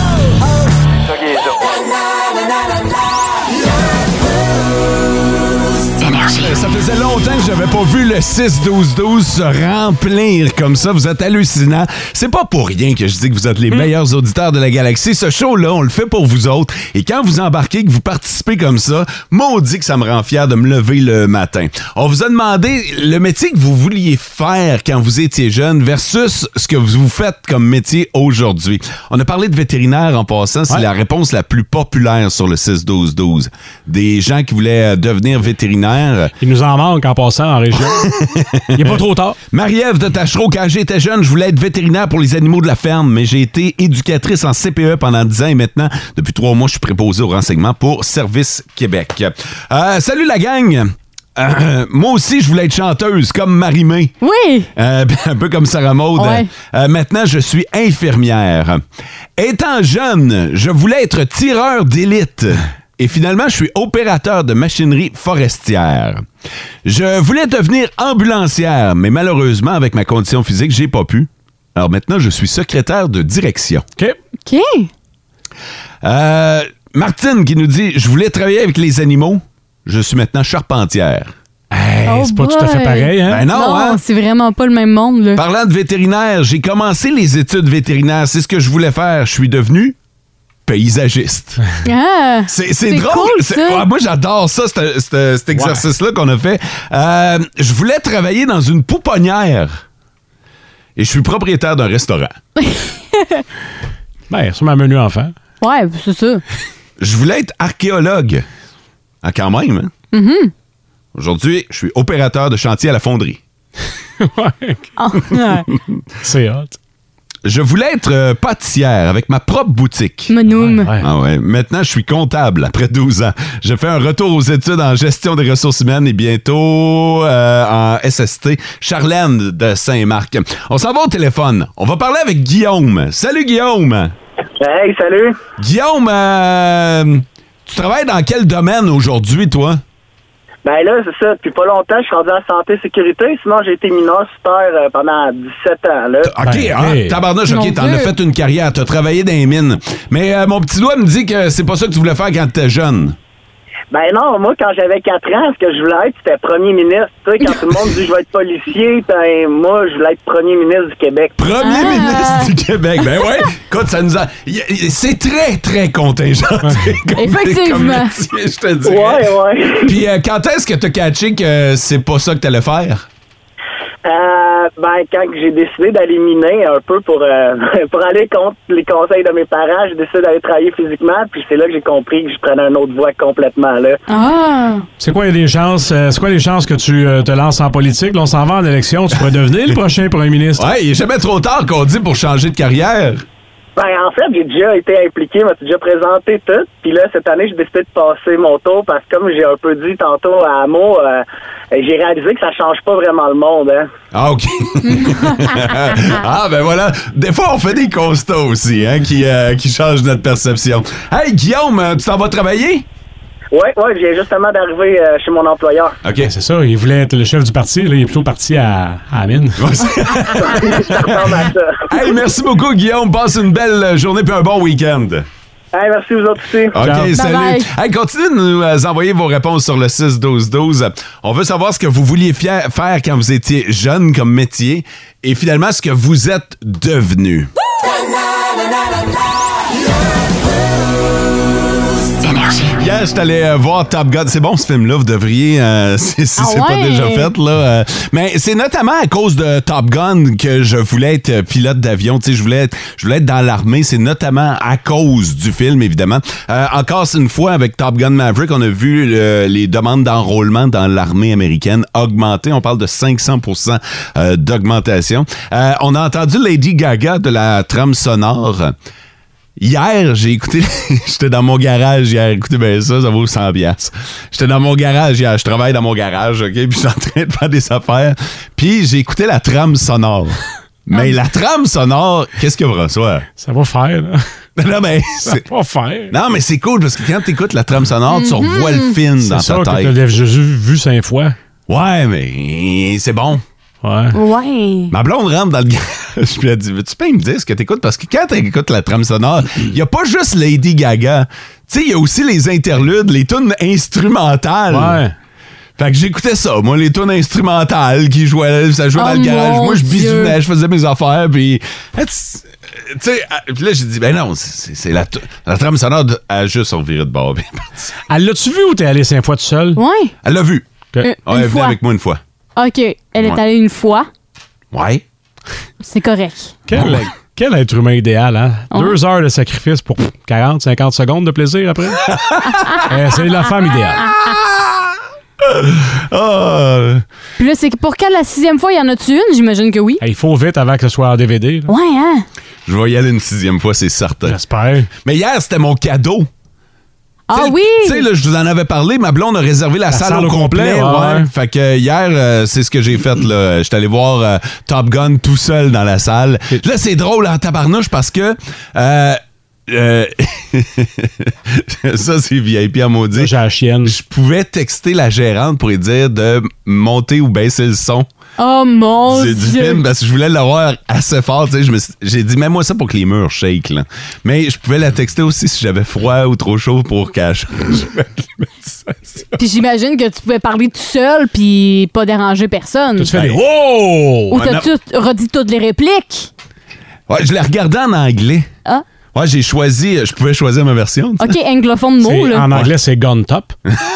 Speaker 5: Ça faisait longtemps que j'avais pas vu le six douze douze se remplir comme ça. Vous êtes hallucinants. C'est pas pour rien que je dis que vous êtes les meilleurs auditeurs de la galaxie. Ce show-là, on le fait pour vous autres. Et quand vous embarquez, que vous participez comme ça, maudit que ça me rend fier de me lever le matin. On vous a demandé le métier que vous vouliez faire quand vous étiez jeune versus ce que vous faites comme métier aujourd'hui. On a parlé de vétérinaire en passant. C'est
Speaker 7: Ouais.
Speaker 5: la réponse la plus populaire sur le six douze douze. Des gens qui voulaient euh, devenir vétérinaires.
Speaker 7: Il nous en manque en passant en région. Il n'est pas trop tard.
Speaker 5: Marie-Ève de Tachereau, quand j'étais jeune, je voulais être vétérinaire pour les animaux de la ferme, mais j'ai été éducatrice en C P E pendant dix ans et maintenant, depuis trois mois, je suis préposé au renseignement pour Service Québec. Euh, salut la gang! Euh, moi aussi, je voulais être chanteuse, comme Marie-Mé.
Speaker 6: Oui!
Speaker 5: Euh, un peu comme Sarah Maud.
Speaker 6: Ouais.
Speaker 5: Euh, maintenant, je suis infirmière. Étant jeune, je voulais être tireur d'élite. Et finalement, je suis opérateur de machinerie forestière. Je voulais devenir ambulancière, mais malheureusement, avec ma condition physique, j'ai pas pu. Alors maintenant, je suis secrétaire de direction.
Speaker 7: OK.
Speaker 6: OK.
Speaker 5: Euh, Martine qui nous dit « Je voulais travailler avec les animaux. Je suis maintenant charpentière.
Speaker 7: Hey,
Speaker 6: Oh
Speaker 7: c'est pas tout à fait
Speaker 6: boy.
Speaker 7: pareil, » hein?
Speaker 5: Ben non,
Speaker 6: Non,
Speaker 5: hein?
Speaker 6: c'est vraiment pas le même monde, là.
Speaker 5: Parlant de vétérinaire, j'ai commencé les études vétérinaires. C'est ce que je voulais faire. Je suis devenu paysagiste.
Speaker 6: Ah!
Speaker 5: C'est, c'est
Speaker 6: C'est
Speaker 5: drôle.
Speaker 6: cool,
Speaker 5: C'est-
Speaker 6: ça.
Speaker 5: ouais, moi, j'adore ça, cet, cet- cet exercice-là qu'on a fait. Euh, je voulais travailler dans une pouponnière. Et je suis propriétaire d'un restaurant.
Speaker 7: Ben, sur ma menu enfant.
Speaker 6: Ouais, c'est ça.
Speaker 5: Je voulais être archéologue. Ah, quand même, hein?
Speaker 6: Mm-hmm.
Speaker 5: Aujourd'hui, je suis opérateur de chantier à la fonderie.
Speaker 7: Ouais.
Speaker 6: Ah, ouais.
Speaker 7: C'est hot.
Speaker 5: Je voulais être euh, pâtissière avec ma propre boutique.
Speaker 6: Monoum.
Speaker 7: Ouais.
Speaker 5: Ah ouais. Maintenant, je suis comptable après douze ans. Je fais un retour aux études en gestion des ressources humaines et bientôt euh, en S S T. Charlène de Saint-Marc. On s'en va au téléphone. On va parler avec Guillaume. Salut Guillaume.
Speaker 10: Hey, salut.
Speaker 5: Guillaume, euh, tu travailles dans quel domaine aujourd'hui, toi?
Speaker 10: Ben là, c'est ça. Depuis pas longtemps, je suis rendu en santé-sécurité. Sinon, j'ai été mineur super euh, pendant dix-sept ans, là.
Speaker 5: OK,
Speaker 7: Ben,
Speaker 5: ah,
Speaker 7: hey.
Speaker 5: tabarnouche,
Speaker 6: Mon
Speaker 5: OK, t'en
Speaker 6: Dieu.
Speaker 5: as fait une carrière, t'as travaillé dans les mines. Mais euh, mon petit doigt me dit que c'est pas ça que tu voulais faire quand t'étais jeune.
Speaker 10: Ben non, moi, quand j'avais quatre ans, ce que je voulais être, c'était premier ministre. Tu sais, quand tout le monde dit je vais être policier, ben moi, je voulais être premier ministre du Québec.
Speaker 5: Premier
Speaker 6: Ah.
Speaker 5: ministre du Québec. Ben ouais, écoute, ça nous a... y- y- C'est très, très contingenté comme,
Speaker 6: Effectivement.
Speaker 5: comme métier, je te dirais.
Speaker 10: Ouais, ouais.
Speaker 5: Puis euh, quand est-ce que t'as catché que c'est pas ça que t'allais faire?
Speaker 10: Euh, ben, quand j'ai décidé d'aller miner un peu pour, euh, pour aller contre les conseils de mes parents, j'ai décidé d'aller travailler physiquement, puis c'est là que j'ai compris que je prenais une autre voie complètement, là.
Speaker 6: Ah!
Speaker 7: C'est quoi, il y a des chances, euh, c'est quoi les chances que tu euh, te lances en politique? Là, on s'en va en élection. Tu pourrais devenir le prochain premier ministre.
Speaker 5: Ouais, il est jamais trop tard qu'on dit pour changer de carrière.
Speaker 10: Ben, en fait, j'ai déjà été impliqué, je me suis déjà présenté tout. Puis là, cette année, j'ai décidé de passer mon tour parce que, comme j'ai un peu dit tantôt à Amo, euh, j'ai réalisé que ça change pas vraiment le monde, hein.
Speaker 5: Ah, OK. Ah, ben voilà. Des fois, on fait des constats aussi, hein, qui, euh, qui changent notre perception. Hey, Guillaume, euh, tu t'en vas travailler?
Speaker 10: Ouais, ouais, je viens justement d'arriver euh, chez mon employeur.
Speaker 5: OK.
Speaker 7: C'est ça, il voulait être le chef du parti. Là, il est plutôt parti à, à la mine.
Speaker 10: Ça ressemble à ça.
Speaker 5: Hey, merci beaucoup, Guillaume. Passe une belle journée puis un bon week-end.
Speaker 10: Hey, merci vous autres aussi.
Speaker 5: OK,
Speaker 6: Ciao.
Speaker 5: salut.
Speaker 6: Bye bye.
Speaker 5: Hey, continuez de nous euh, envoyer vos réponses sur le six douze douze. On veut savoir ce que vous vouliez fier- faire quand vous étiez jeune comme métier et finalement ce que vous êtes devenu. Hier, je suis allé euh, voir Top Gun. C'est bon, ce film-là, vous devriez, euh, si si
Speaker 6: Ah
Speaker 5: c'est pas
Speaker 6: ouais?
Speaker 5: déjà fait, là. euh, mais c'est notamment à cause de Top Gun que je voulais être pilote d'avion. Tu sais, je voulais être, je voulais être dans l'armée. C'est notamment à cause du film, évidemment. Euh, encore une fois, avec Top Gun Maverick, on a vu euh, les demandes d'enrôlement dans l'armée américaine augmenter. On parle de cinq cents pour cent euh, d'augmentation. Euh, on a entendu Lady Gaga de la trame sonore. Hier, j'ai écouté, j'étais dans mon garage hier, écoutez bien ça, ça vaut cent piastres. J'étais dans mon garage hier, je travaille dans mon garage, OK, puis je suis en train de faire des affaires, puis j'ai écouté la trame sonore. Mais la trame sonore, qu'est-ce que François?
Speaker 7: Ça va faire, là.
Speaker 5: Non, mais
Speaker 7: Ça
Speaker 5: c'est...
Speaker 7: va faire.
Speaker 5: Non, mais c'est cool, parce que quand t'écoutes la trame sonore, tu revois le film
Speaker 7: C'est
Speaker 5: dans
Speaker 7: sûr
Speaker 5: ta
Speaker 7: que
Speaker 5: tête.
Speaker 7: t'as Jésus vu cinq fois.
Speaker 5: Ouais, mais c'est bon.
Speaker 7: Ouais.
Speaker 6: Ouais.
Speaker 5: Ma blonde rentre dans le garage puis elle dit, veux-tu pas me dire ce que t'écoutes? Parce que quand t'écoutes la trame sonore, il y a pas juste Lady Gaga. Tu sais, il y a aussi les interludes, les tunes instrumentales.
Speaker 7: Ouais.
Speaker 5: Fait que j'écoutais ça, moi, les tunes instrumentales qui jouaient, ça jouait
Speaker 6: Oh
Speaker 5: dans le garage.
Speaker 6: mon
Speaker 5: Moi, je
Speaker 6: Dieu.
Speaker 5: bisounais, je faisais mes affaires, puis... Tu sais, puis là, j'ai dit, ben non, c'est, c'est la, la trame sonore a juste reviré de bord.
Speaker 7: Elle l'a-tu vu ou t'es allé cinq fois tout seul?
Speaker 6: Ouais.
Speaker 5: Elle l'a vu.
Speaker 7: Que-
Speaker 6: Euh,
Speaker 5: Ouais,
Speaker 6: une
Speaker 5: elle est venue
Speaker 6: fois.
Speaker 5: avec moi une fois.
Speaker 6: OK. Elle est
Speaker 5: Ouais.
Speaker 6: allée une fois.
Speaker 5: Ouais.
Speaker 6: C'est correct.
Speaker 7: Quel, quel être humain idéal, hein?
Speaker 6: Ouais.
Speaker 7: Deux heures de sacrifice pour quarante, cinquante secondes de plaisir après? Eh, c'est la femme idéale.
Speaker 5: Ah!
Speaker 6: Puis là, c'est que pour quand la sixième fois, y en a-tu une? J'imagine que oui.
Speaker 7: Eh, il faut vite avant que ce soit en D V D. là.
Speaker 6: Ouais, hein?
Speaker 5: Je vais y aller une sixième fois, c'est certain.
Speaker 7: J'espère.
Speaker 5: Mais hier, c'était mon cadeau.
Speaker 6: Ah
Speaker 5: T'sais,
Speaker 6: oui!
Speaker 5: Tu sais, là, je vous en avais parlé, ma blonde a réservé la, salle, au complet.
Speaker 7: ouais,
Speaker 5: ouais.
Speaker 7: ouais.
Speaker 5: Fait que euh, hier, euh, c'est ce que j'ai fait. là. J'étais allé voir euh, Top Gun tout seul dans la salle. Là, c'est drôle en tabarnouche parce que... Euh, euh, ça, c'est V I P à maudit.
Speaker 7: J'ai la chienne.
Speaker 5: Je pouvais texter la gérante pour lui dire de monter ou baisser le son.
Speaker 6: Oh mon
Speaker 5: C'est
Speaker 6: Dieu!
Speaker 5: du film parce que je voulais l'avoir assez fort. Tu sais, je me suis- j'ai dit, mets-moi ça pour que les murs shake. Là. Mais je pouvais la texter aussi si j'avais froid ou trop chaud pour qu'elle change.
Speaker 6: Puis j'imagine que tu pouvais parler tout seul puis pas déranger personne.
Speaker 7: Tu fais
Speaker 5: Ouais.
Speaker 7: des Oh!
Speaker 6: Ou
Speaker 5: Ouais,
Speaker 6: t'as-tu redit toutes les répliques?
Speaker 5: Ouais, je l'ai regardé en anglais.
Speaker 6: Ah.
Speaker 5: Ouais, j'ai choisi, je pouvais choisir ma version. tu sais.
Speaker 6: OK, anglophone de mots,
Speaker 7: C'est-
Speaker 6: là.
Speaker 7: En anglais, c'est Gun Top.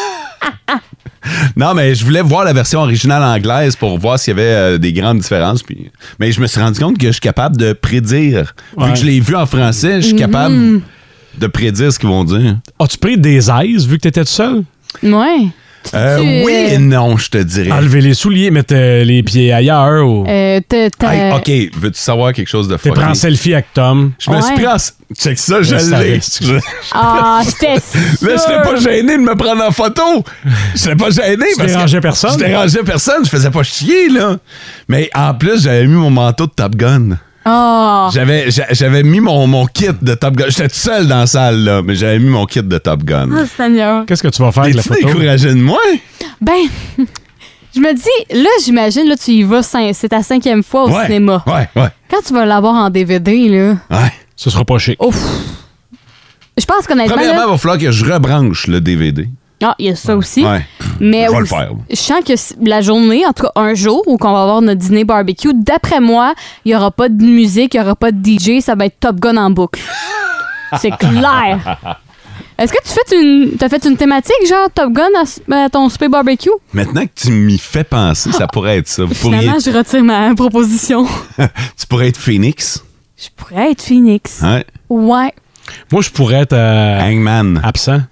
Speaker 5: Non, mais je voulais voir la version originale anglaise pour voir s'il y avait euh, des grandes différences. Puis... Mais je me suis rendu compte que je suis capable de prédire. Vu
Speaker 7: Ouais.
Speaker 5: que je l'ai vu en français, je suis capable de prédire ce qu'ils vont dire.
Speaker 7: As-tu pris des aises vu que t'étais tout seul?
Speaker 6: Ouais.
Speaker 5: Euh,
Speaker 6: Tu-
Speaker 5: oui et non, je te dirais.
Speaker 7: Enlever les souliers, mettre euh, les pieds ailleurs ou...
Speaker 6: Euh, t'as- t'as-
Speaker 5: Hey, OK, veux-tu savoir quelque chose de
Speaker 7: T'es
Speaker 5: fucké?
Speaker 7: pris en selfie avec Tom.
Speaker 5: Je me
Speaker 6: Ouais.
Speaker 5: suis pris en... Check ça, je
Speaker 7: Je savais.
Speaker 5: l'ai. Je-
Speaker 6: Ah, c'était
Speaker 5: Là, je
Speaker 6: sûr.
Speaker 5: n'étais pas gêné de me prendre en photo. Je n'étais pas gêné.
Speaker 7: Tu
Speaker 5: parce que
Speaker 7: dérangeais personne?
Speaker 5: Je dérangeais personne. Je faisais pas chier, là. Mais en plus, j'avais mis mon manteau de Top Gun.
Speaker 6: Ah.
Speaker 5: J'avais, j'a- j'avais mis mon, mon kit de Top Gun. J'étais tout seul dans la salle, là, mais j'avais mis mon kit de Top Gun.
Speaker 6: Oh, Seigneur.
Speaker 7: Qu'est-ce que tu vas faire avec la
Speaker 5: Es-tu
Speaker 7: photo?
Speaker 5: découragé de moi?
Speaker 6: Ben, je me dis, là, j'imagine, là, tu y vas, cin- c'est ta cinquième fois au
Speaker 5: Ouais.
Speaker 6: cinéma.
Speaker 5: Ouais, ouais,
Speaker 6: Quand tu vas l'avoir en D V D, là,
Speaker 5: ouais.
Speaker 7: Ce sera pas chic.
Speaker 6: ouf. Je pense qu'honnêtement,
Speaker 5: Premièrement, il
Speaker 6: là,
Speaker 5: va falloir que je rebranche le D V D.
Speaker 6: ah, il y a ça aussi.
Speaker 5: Ouais.
Speaker 6: Mais
Speaker 5: Je vais le
Speaker 6: aussi-
Speaker 5: faire.
Speaker 6: je sens que c- la journée, en tout cas un jour où on va avoir notre dîner barbecue, d'après moi, il n'y aura pas de musique, il n'y aura pas de D J, ça va être Top Gun en boucle. C'est clair. Est-ce que tu fais une, t'as fait une thématique genre Top Gun à, s- à ton souper barbecue?
Speaker 5: Maintenant que tu m'y fais penser, ça pourrait être ça. Vous pourriez-
Speaker 6: Finalement, je retire ma proposition.
Speaker 5: tu pourrais être Phoenix.
Speaker 6: Je pourrais être Phoenix.
Speaker 5: Ouais.
Speaker 6: Ouais.
Speaker 7: Moi, je pourrais être euh,
Speaker 5: Hangman.
Speaker 7: absent.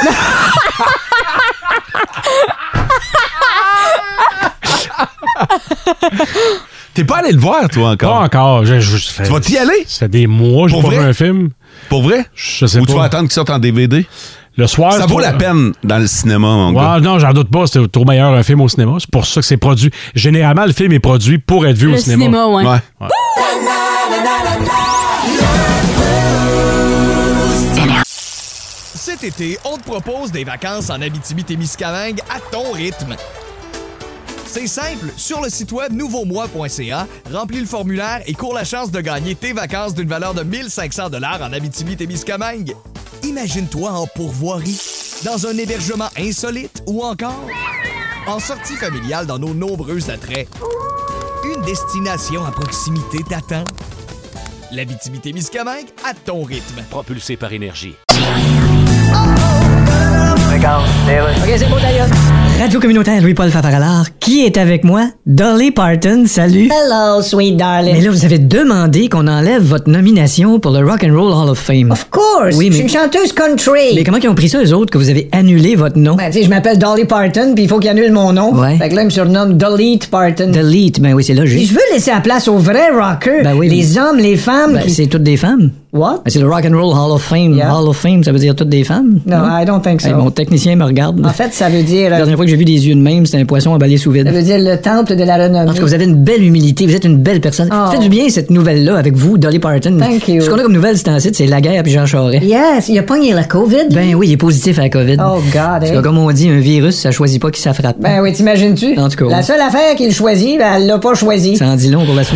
Speaker 5: T'es pas allé le voir, toi,
Speaker 7: Pas
Speaker 5: encore?
Speaker 7: encore. Je, je- ça fait-
Speaker 5: Tu vas-tu y aller?
Speaker 7: Ça fait des mois que j'ai
Speaker 5: Pour
Speaker 7: pas
Speaker 5: vrai?
Speaker 7: vu un film.
Speaker 5: Pour vrai?
Speaker 7: Je sais
Speaker 5: Ou
Speaker 7: pas.
Speaker 5: tu vas attendre qu'il sorte en D V D?
Speaker 7: Le soir,
Speaker 5: Ça
Speaker 7: c'est
Speaker 5: vaut
Speaker 7: trop-
Speaker 5: la peine dans le cinéma, mon gars.
Speaker 7: Ouais, non, j'en doute pas. C'était trop meilleur un film au cinéma. C'est pour ça que c'est produit. Généralement, le film est produit pour être vu
Speaker 6: Le
Speaker 7: au cinéma.
Speaker 6: cinéma, ouais.
Speaker 5: Ouais.
Speaker 1: Cet été, on te propose des vacances en Abitibi-Témiscamingue à ton rythme. C'est simple, sur le site web nouveau moi point c a, remplis le formulaire et cours la chance de gagner tes vacances d'une valeur de mille cinq cents dollars en Abitibi-Témiscamingue. Imagine-toi en pourvoirie, dans un hébergement insolite ou encore en sortie familiale dans nos nombreux attraits. Une destination à proximité t'attend. L'Abitibi-Témiscamingue à ton rythme.
Speaker 11: Propulsé par Énergie.
Speaker 2: OK, c'est bon d'ailleurs. Radio communautaire Louis-Paul Favaralard. Qui est avec moi? Dolly Parton, salut.
Speaker 4: Hello, sweet darling.
Speaker 2: Mais là, vous avez demandé qu'on enlève votre nomination pour le Rock and Roll Hall of Fame.
Speaker 4: Of course.
Speaker 2: Oui, mais...
Speaker 4: Je suis une chanteuse country.
Speaker 2: Mais comment ils ont pris ça, eux autres, que vous avez annulé votre nom?
Speaker 4: Ben, tu sais, je m'appelle Dolly Parton, puis il faut qu'ils annulent mon nom.
Speaker 2: Ouais.
Speaker 4: Fait que là, ils me surnomment Delete Parton.
Speaker 2: Delete, ben oui, c'est logique.
Speaker 4: Puis je veux laisser la place aux vrais rockers.
Speaker 2: Ben oui.
Speaker 4: Les hommes, les femmes.
Speaker 2: Ben,
Speaker 4: qui...
Speaker 2: c'est toutes des femmes.
Speaker 4: What?
Speaker 2: Ben, c'est le Rock and Roll Hall of Fame.
Speaker 4: Yeah.
Speaker 2: Hall of Fame, ça veut dire toutes des femmes?
Speaker 4: No, non? I don't think so.
Speaker 2: Hey, mon technicien me regarde.
Speaker 4: En fait, ça veut dire...
Speaker 2: La dernière fois que j'ai vu des yeux de même, c'était un poisson emballé sous vide.
Speaker 4: Ça veut dire le temple de la renommée.
Speaker 2: En tout cas, vous avez une belle humilité, vous êtes une belle personne.
Speaker 4: Oh.
Speaker 2: Ça fait du bien, cette nouvelle-là, avec vous, Dolly Parton.
Speaker 4: Thank you.
Speaker 2: Ce qu'on a comme nouvelle, c'est en site, c'est la guerre puis Jean Charest.
Speaker 4: Yes, il a pogné la COVID.
Speaker 2: Ben oui, il est positif à la COVID.
Speaker 4: Oh God,
Speaker 2: Parce
Speaker 4: eh.
Speaker 2: que comme on dit, un virus, ça choisit pas qui ça frappe.
Speaker 4: Ben oui, t'imagines-tu?
Speaker 2: En tout cas.
Speaker 4: La seule affaire qu'il choisit, ben, elle l'a pas choisi.
Speaker 2: Ça en dit long pour la suite.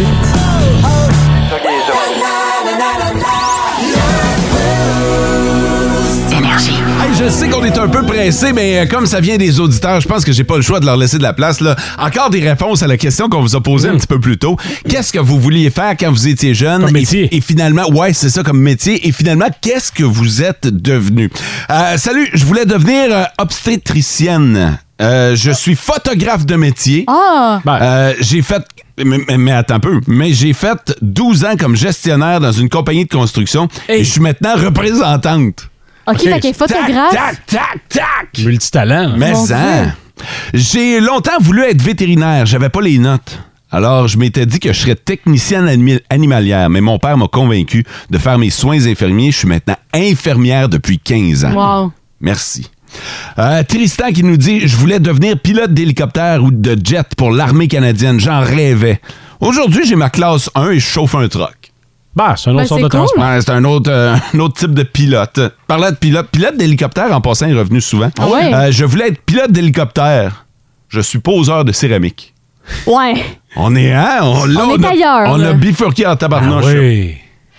Speaker 5: Hey, je sais qu'on est un peu pressé, mais euh, comme ça vient des auditeurs, je pense que j'ai pas le choix de leur laisser de la place. Là. Encore des réponses à la question qu'on vous a posée mmh. un petit peu plus tôt. Qu'est-ce que vous vouliez faire quand vous étiez jeune?
Speaker 7: Comme métier.
Speaker 5: Et, et finalement, ouais, c'est ça comme métier. Et finalement, qu'est-ce que vous êtes devenu? Euh, salut, je voulais devenir euh, obstétricienne. Euh, je suis photographe de métier.
Speaker 6: Ah!
Speaker 5: Euh, j'ai fait... Mais, mais, mais attends un peu. Mais j'ai fait douze ans comme gestionnaire dans une compagnie de construction. Hey. Et je suis maintenant représentante.
Speaker 6: OK, okay. Fait qu'il est photographe.
Speaker 5: Tac, tac, tac, tac!
Speaker 7: Multitalent.
Speaker 5: Mais ça. J'ai longtemps voulu être vétérinaire. J'avais pas les notes. Alors, je m'étais dit que je serais technicienne anim- animalière. Mais mon père m'a convaincu de faire mes soins infirmiers. Je suis maintenant infirmière depuis quinze ans.
Speaker 6: Wow.
Speaker 5: Merci. Euh, Tristan qui nous dit « Je voulais devenir pilote d'hélicoptère ou de jet pour l'armée canadienne. J'en rêvais. Aujourd'hui, j'ai ma classe un et je chauffe un truck. »
Speaker 7: Bah, c'est un autre
Speaker 6: ben,
Speaker 7: sorte
Speaker 6: c'est
Speaker 7: de
Speaker 6: cool.
Speaker 7: transport.
Speaker 5: Ouais, c'est un autre, euh, un autre type de pilote. Parlant de pilote, pilote d'hélicoptère, en passant, est revenu souvent.
Speaker 6: Ah ouais?
Speaker 5: Euh, je voulais être pilote d'hélicoptère. Je suis poseur de céramique.
Speaker 6: Ouais.
Speaker 5: On est, hein? On, là,
Speaker 6: on, on est
Speaker 5: a,
Speaker 6: ailleurs.
Speaker 5: On
Speaker 6: là.
Speaker 5: a bifurqué en tabarnouche.
Speaker 7: Ah oui.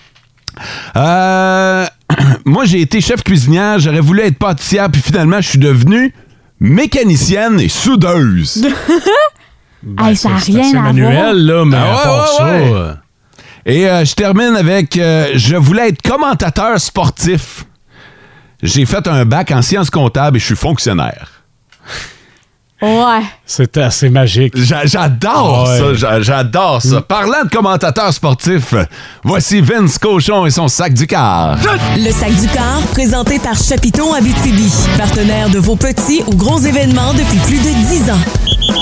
Speaker 5: Euh, moi, j'ai été chef cuisinière. J'aurais voulu être pâtissière, puis finalement, je suis devenue mécanicienne et soudeuse.
Speaker 6: Ben, hey, ça n'a rien
Speaker 7: c'est
Speaker 6: à
Speaker 7: manuel,
Speaker 6: voir.
Speaker 7: là, mais
Speaker 5: Ah
Speaker 7: à
Speaker 5: ouais,
Speaker 7: part
Speaker 5: ouais,
Speaker 7: ça...
Speaker 5: ouais.
Speaker 7: Euh...
Speaker 5: Et euh, je termine avec euh, je voulais être commentateur sportif. J'ai fait un bac en sciences comptables et je suis fonctionnaire.
Speaker 6: Ouais.
Speaker 7: C'est assez magique.
Speaker 5: J'a- j'adore
Speaker 7: ouais.
Speaker 5: ça, j'a- j'adore ça. Mm. Parlant de commentateur sportif, voici Vince Cochon et son sac du car.
Speaker 12: Le sac du car, présenté par Chapiton Abitibi, partenaire de vos petits ou gros événements depuis plus de dix ans.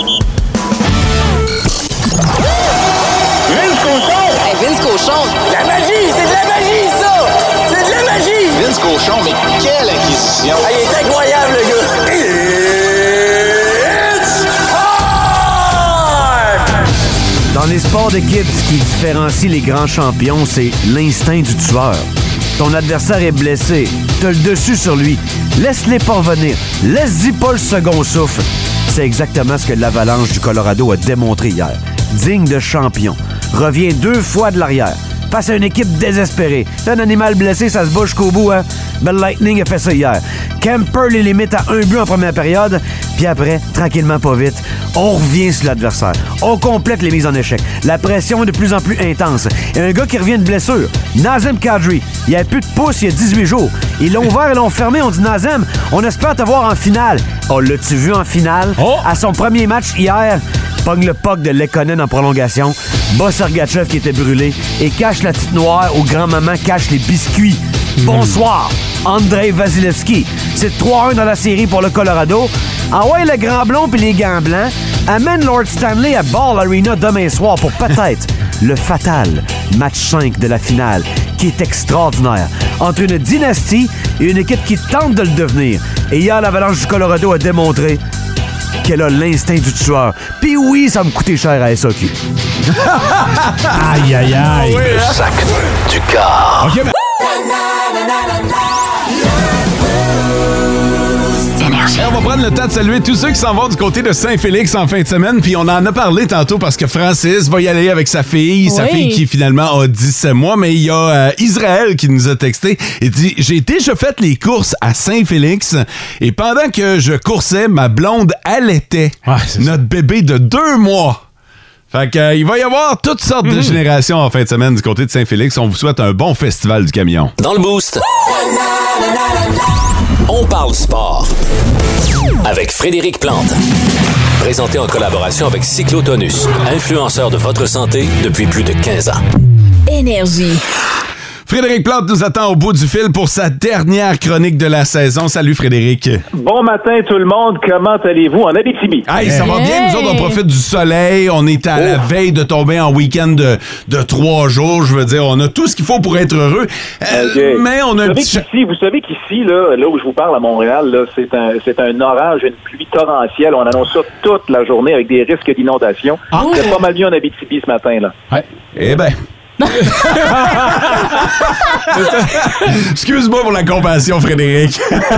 Speaker 13: Vince Cochon! Hey, Vince Cochon! La magie! C'est de la magie, ça! C'est de la magie! Vince Cochon, mais quelle acquisition! Ah, il est incroyable, le gars! It's time!
Speaker 14: Dans les sports d'équipe, ce qui différencie les grands champions, c'est l'instinct du tueur. Ton adversaire est blessé, t'as le dessus sur lui. Laisse-les parvenir. Laisse-y pas le second souffle. C'est exactement ce que l'Avalanche du Colorado a démontré hier. Digne de champion. Revient deux fois de l'arrière. Face à une équipe désespérée. C'est un animal blessé, ça se bat jusqu'au bout, hein? Ben, le Lightning a fait ça hier. Kemper les limite à un but en première période, puis après, tranquillement pas vite, on revient sur l'adversaire. On complète les mises en échec. La pression est de plus en plus intense. Et un gars qui revient de blessure, Nazem Kadri, il a plus de pouce il y a dix-huit jours. Ils l'ont ouvert et l'ont fermé, on dit Nazem, on espère te voir en finale. Oh, l'as-tu vu en finale?
Speaker 7: Oh. À
Speaker 14: son premier match hier, pogne le puck de Lekkonen en prolongation, bat Sergachev qui était brûlé et cache la petite noire où grand-maman cache les biscuits. Mm. Bonsoir, Andrei Vasilevski. C'est trois un dans la série pour le Colorado. Envoie le grand blond puis les gants blancs. Amène Lord Stanley à Ball Arena demain soir pour peut-être le fatal match cinq de la finale, qui est extraordinaire, entre une dynastie et une équipe qui tente de le devenir. Et hier, l'Avalanche du Colorado a démontré qu'elle a l'instinct du tueur. Puis oui, ça me coûtait cher à S A Q.
Speaker 7: Aïe, aïe, aïe.
Speaker 9: Le sac du car.
Speaker 7: OK, ben...
Speaker 2: Énergie.
Speaker 5: Et on va prendre le temps de saluer tous ceux qui s'en vont du côté de Saint-Félix en fin de semaine. Puis on en a parlé tantôt parce que Francis va y aller avec sa fille. Sa
Speaker 6: Oui.
Speaker 5: fille qui finalement a dix-sept mois. Mais il y a euh, Israël qui nous a texté. Il dit « J'ai déjà fait les courses à Saint-Félix et pendant que je coursais, ma blonde allaitait notre bébé de deux mois. » Fait que, euh, il va y avoir toutes sortes de générations en fin de semaine du côté de Saint-Félix. On vous souhaite un bon festival du camion.
Speaker 3: Dans le Boost, on parle sport avec Frédéric Plante. Présenté en collaboration avec Cyclotonus, influenceur de votre santé depuis plus de quinze ans.
Speaker 12: Énergie.
Speaker 5: Frédéric Plante nous attend au bout du fil pour sa dernière chronique de la saison. Salut Frédéric.
Speaker 11: Bon matin tout le monde, comment allez-vous en Abitibi?
Speaker 5: Hey, ça va bien, nous autres on profite du soleil, on est à la veille de tomber en week-end de, de trois jours, je veux dire, on a tout ce qu'il faut pour être heureux, euh,
Speaker 11: Okay.
Speaker 5: mais on a un
Speaker 11: vous
Speaker 5: petit...
Speaker 11: savez qu'ici, vous savez qu'ici, là, là où je vous parle à Montréal, là, c'est un, c'est un orage, une pluie torrentielle, on annonce ça toute la journée avec des risques d'inondation.
Speaker 5: Ah.
Speaker 11: C'est pas mal mieux en Abitibi ce matin, là.
Speaker 5: Ouais. Eh ben... Excuse-moi pour la compassion, Frédéric.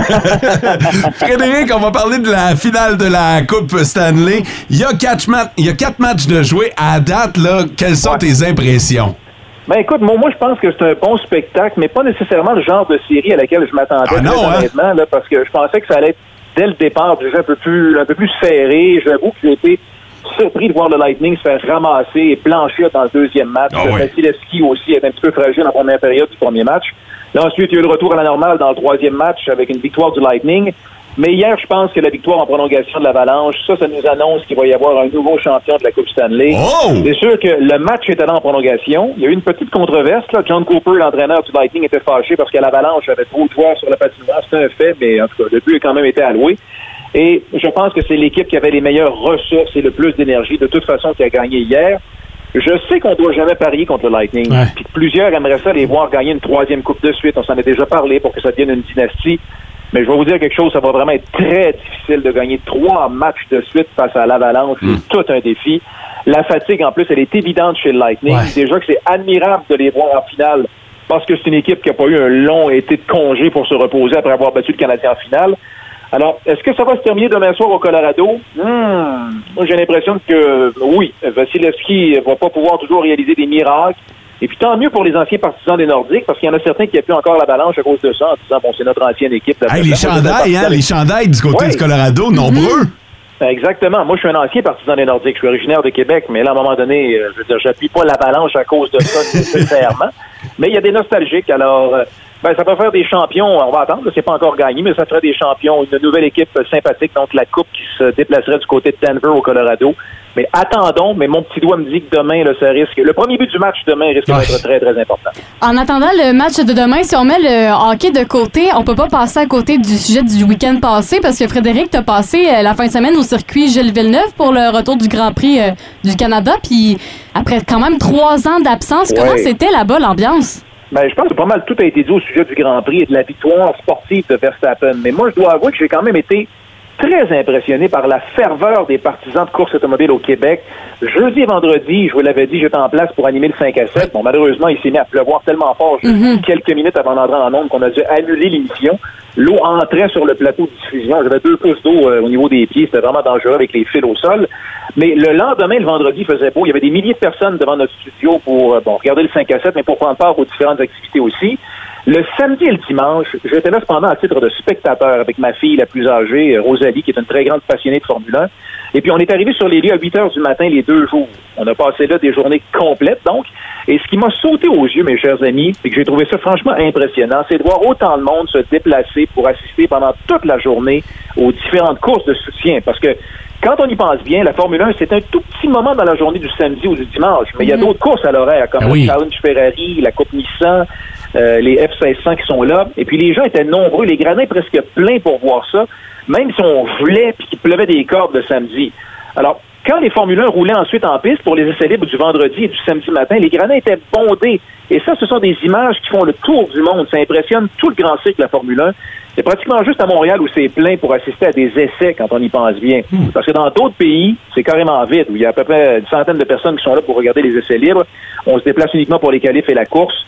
Speaker 5: Frédéric, on va parler de la finale de la Coupe Stanley. Il y a quatre, ma- il y a quatre matchs de jouer. À date, là, quelles sont tes impressions?
Speaker 11: Ben écoute, moi, moi je pense que c'est un bon spectacle, mais pas nécessairement le genre de série à laquelle je m'attendais,
Speaker 5: Ah non,
Speaker 11: très
Speaker 5: hein?
Speaker 11: honnêtement, là, parce que je pensais que ça allait être dès le départ déjà un peu plus, un peu plus serré. J'avoue que j'ai été surpris de voir le Lightning se faire ramasser et blanchir dans le deuxième match.
Speaker 5: Ah ouais.
Speaker 11: Vasilevski aussi est un petit peu fragile en première période du premier match. Là, ensuite, il y a eu le retour à la normale dans le troisième match avec une victoire du Lightning. Mais hier, je pense que la victoire en prolongation de l'Avalanche, ça, ça nous annonce qu'il va y avoir un nouveau champion de la Coupe Stanley.
Speaker 5: Oh!
Speaker 11: C'est sûr que le match est allé en prolongation. Il y a eu une petite controverse. Là. John Cooper, l'entraîneur du Lightning, était fâché parce que l'Avalanche avait trop de joueurs sur la patinoire. C'est un fait, mais en tout cas, le but a quand même été alloué. Et je pense que c'est l'équipe qui avait les meilleures ressources et le plus d'énergie, de toute façon, qui a gagné hier. Je sais qu'on ne doit jamais parier contre le Lightning.
Speaker 7: Ouais.
Speaker 11: Puis que plusieurs aimeraient ça les voir gagner une troisième coupe de suite. On s'en a déjà parlé pour que ça devienne une dynastie. Mais je vais vous dire quelque chose, ça va vraiment être très difficile de gagner trois matchs de suite face à l'Avalanche.
Speaker 5: Mm.
Speaker 11: C'est tout un défi. La fatigue, en plus, elle est évidente chez le Lightning.
Speaker 7: Ouais.
Speaker 11: Déjà que c'est admirable de les voir en finale parce que c'est une équipe qui n'a pas eu un long été de congé pour se reposer après avoir battu le Canadien en finale. Alors, est-ce que ça va se terminer demain soir au Colorado? Hmm. Moi, j'ai l'impression que, oui, Vasilevski va pas pouvoir toujours réaliser des miracles. Et puis, tant mieux pour les anciens partisans des Nordiques, parce qu'il y en a certains qui appuient encore l'Avalanche à cause de ça, en disant, bon, c'est notre ancienne équipe.
Speaker 5: Hey, les chandails, hein, les chandails du côté
Speaker 11: Ouais.
Speaker 5: du Colorado, nombreux.
Speaker 11: Exactement. Moi, je suis un ancien partisan des Nordiques. Je suis originaire de Québec, mais là, à un moment donné, euh, je veux dire, j'appuie pas l'Avalanche à cause de ça nécessairement. Mais il y a des nostalgiques. Alors, euh, ben, ça peut faire des champions. On va attendre. C'est pas encore gagné, mais ça ferait des champions. Une nouvelle équipe euh, sympathique. Donc, la coupe qui se déplacerait du côté de Denver au Colorado. Mais attendons. Mais mon petit doigt me dit que demain, là, ça risque. Le premier but du match demain risque
Speaker 7: Ouais.
Speaker 11: d'être très, très important.
Speaker 6: En attendant le match de demain, si on met le hockey de côté, on peut pas passer à côté du sujet du week-end passé parce que Frédéric, t'as passé euh, la fin de semaine au circuit Gilles Villeneuve pour le retour du Grand Prix euh, du Canada. Puis après quand même trois ans d'absence, comment
Speaker 11: Ouais.
Speaker 6: c'était là-bas l'ambiance?
Speaker 11: Ben, je pense que pas mal tout a été dit au sujet du Grand Prix et de la victoire sportive de Verstappen. Mais moi, je dois avouer que j'ai quand même été très impressionné par la ferveur des partisans de course automobile au Québec. Jeudi et vendredi, je vous l'avais dit, j'étais en place pour animer le cinq à sept. Bon, malheureusement, il s'est mis à pleuvoir tellement fort juste
Speaker 6: Mhm.
Speaker 11: quelques minutes avant d'entrer en onde qu'on a dû annuler l'émission. L'eau entrait sur le plateau de diffusion. J'avais deux pouces d'eau euh, au niveau des pieds. C'était vraiment dangereux avec les fils au sol. Mais le lendemain, le vendredi, il faisait beau. Il y avait des milliers de personnes devant notre studio pour euh, bon regarder le cinq à sept, mais pour prendre part aux différentes activités aussi. Le samedi et le dimanche, j'étais là cependant à titre de spectateur avec ma fille la plus âgée, euh, Rosalie, qui est une très grande passionnée de Formule un. Et puis, on est arrivé sur les lieux à huit heures du matin les deux jours. On a passé là des journées complètes, donc. Et ce qui m'a sauté aux yeux, mes chers amis, et que j'ai trouvé ça franchement impressionnant, c'est de voir autant de monde se déplacer pour assister pendant toute la journée aux différentes courses de soutien. Parce que quand on y pense bien, la Formule un, c'est un tout petit moment dans la journée du samedi ou du dimanche. Mais il y a d'autres courses à l'horaire, comme
Speaker 7: Ah oui.
Speaker 11: le Challenge Ferrari, la Coupe Nissan, euh, les F seize cents qui sont là. Et puis les gens étaient nombreux, les gradins presque pleins pour voir ça, même si on voulait puis qu'il pleuvait des cordes le samedi. Alors, quand les Formule un roulaient ensuite en piste pour les essais libres du vendredi et du samedi matin, les gradins étaient bondés. Et ça, ce sont des images qui font le tour du monde. Ça impressionne tout le grand cycle de la Formule un. C'est pratiquement juste à Montréal où c'est plein pour assister à des essais quand on y pense bien. Parce que dans d'autres pays, c'est carrément vide, où il y a à peu près une centaine de personnes qui sont là pour regarder les essais libres. On se déplace uniquement pour les qualifs et la course.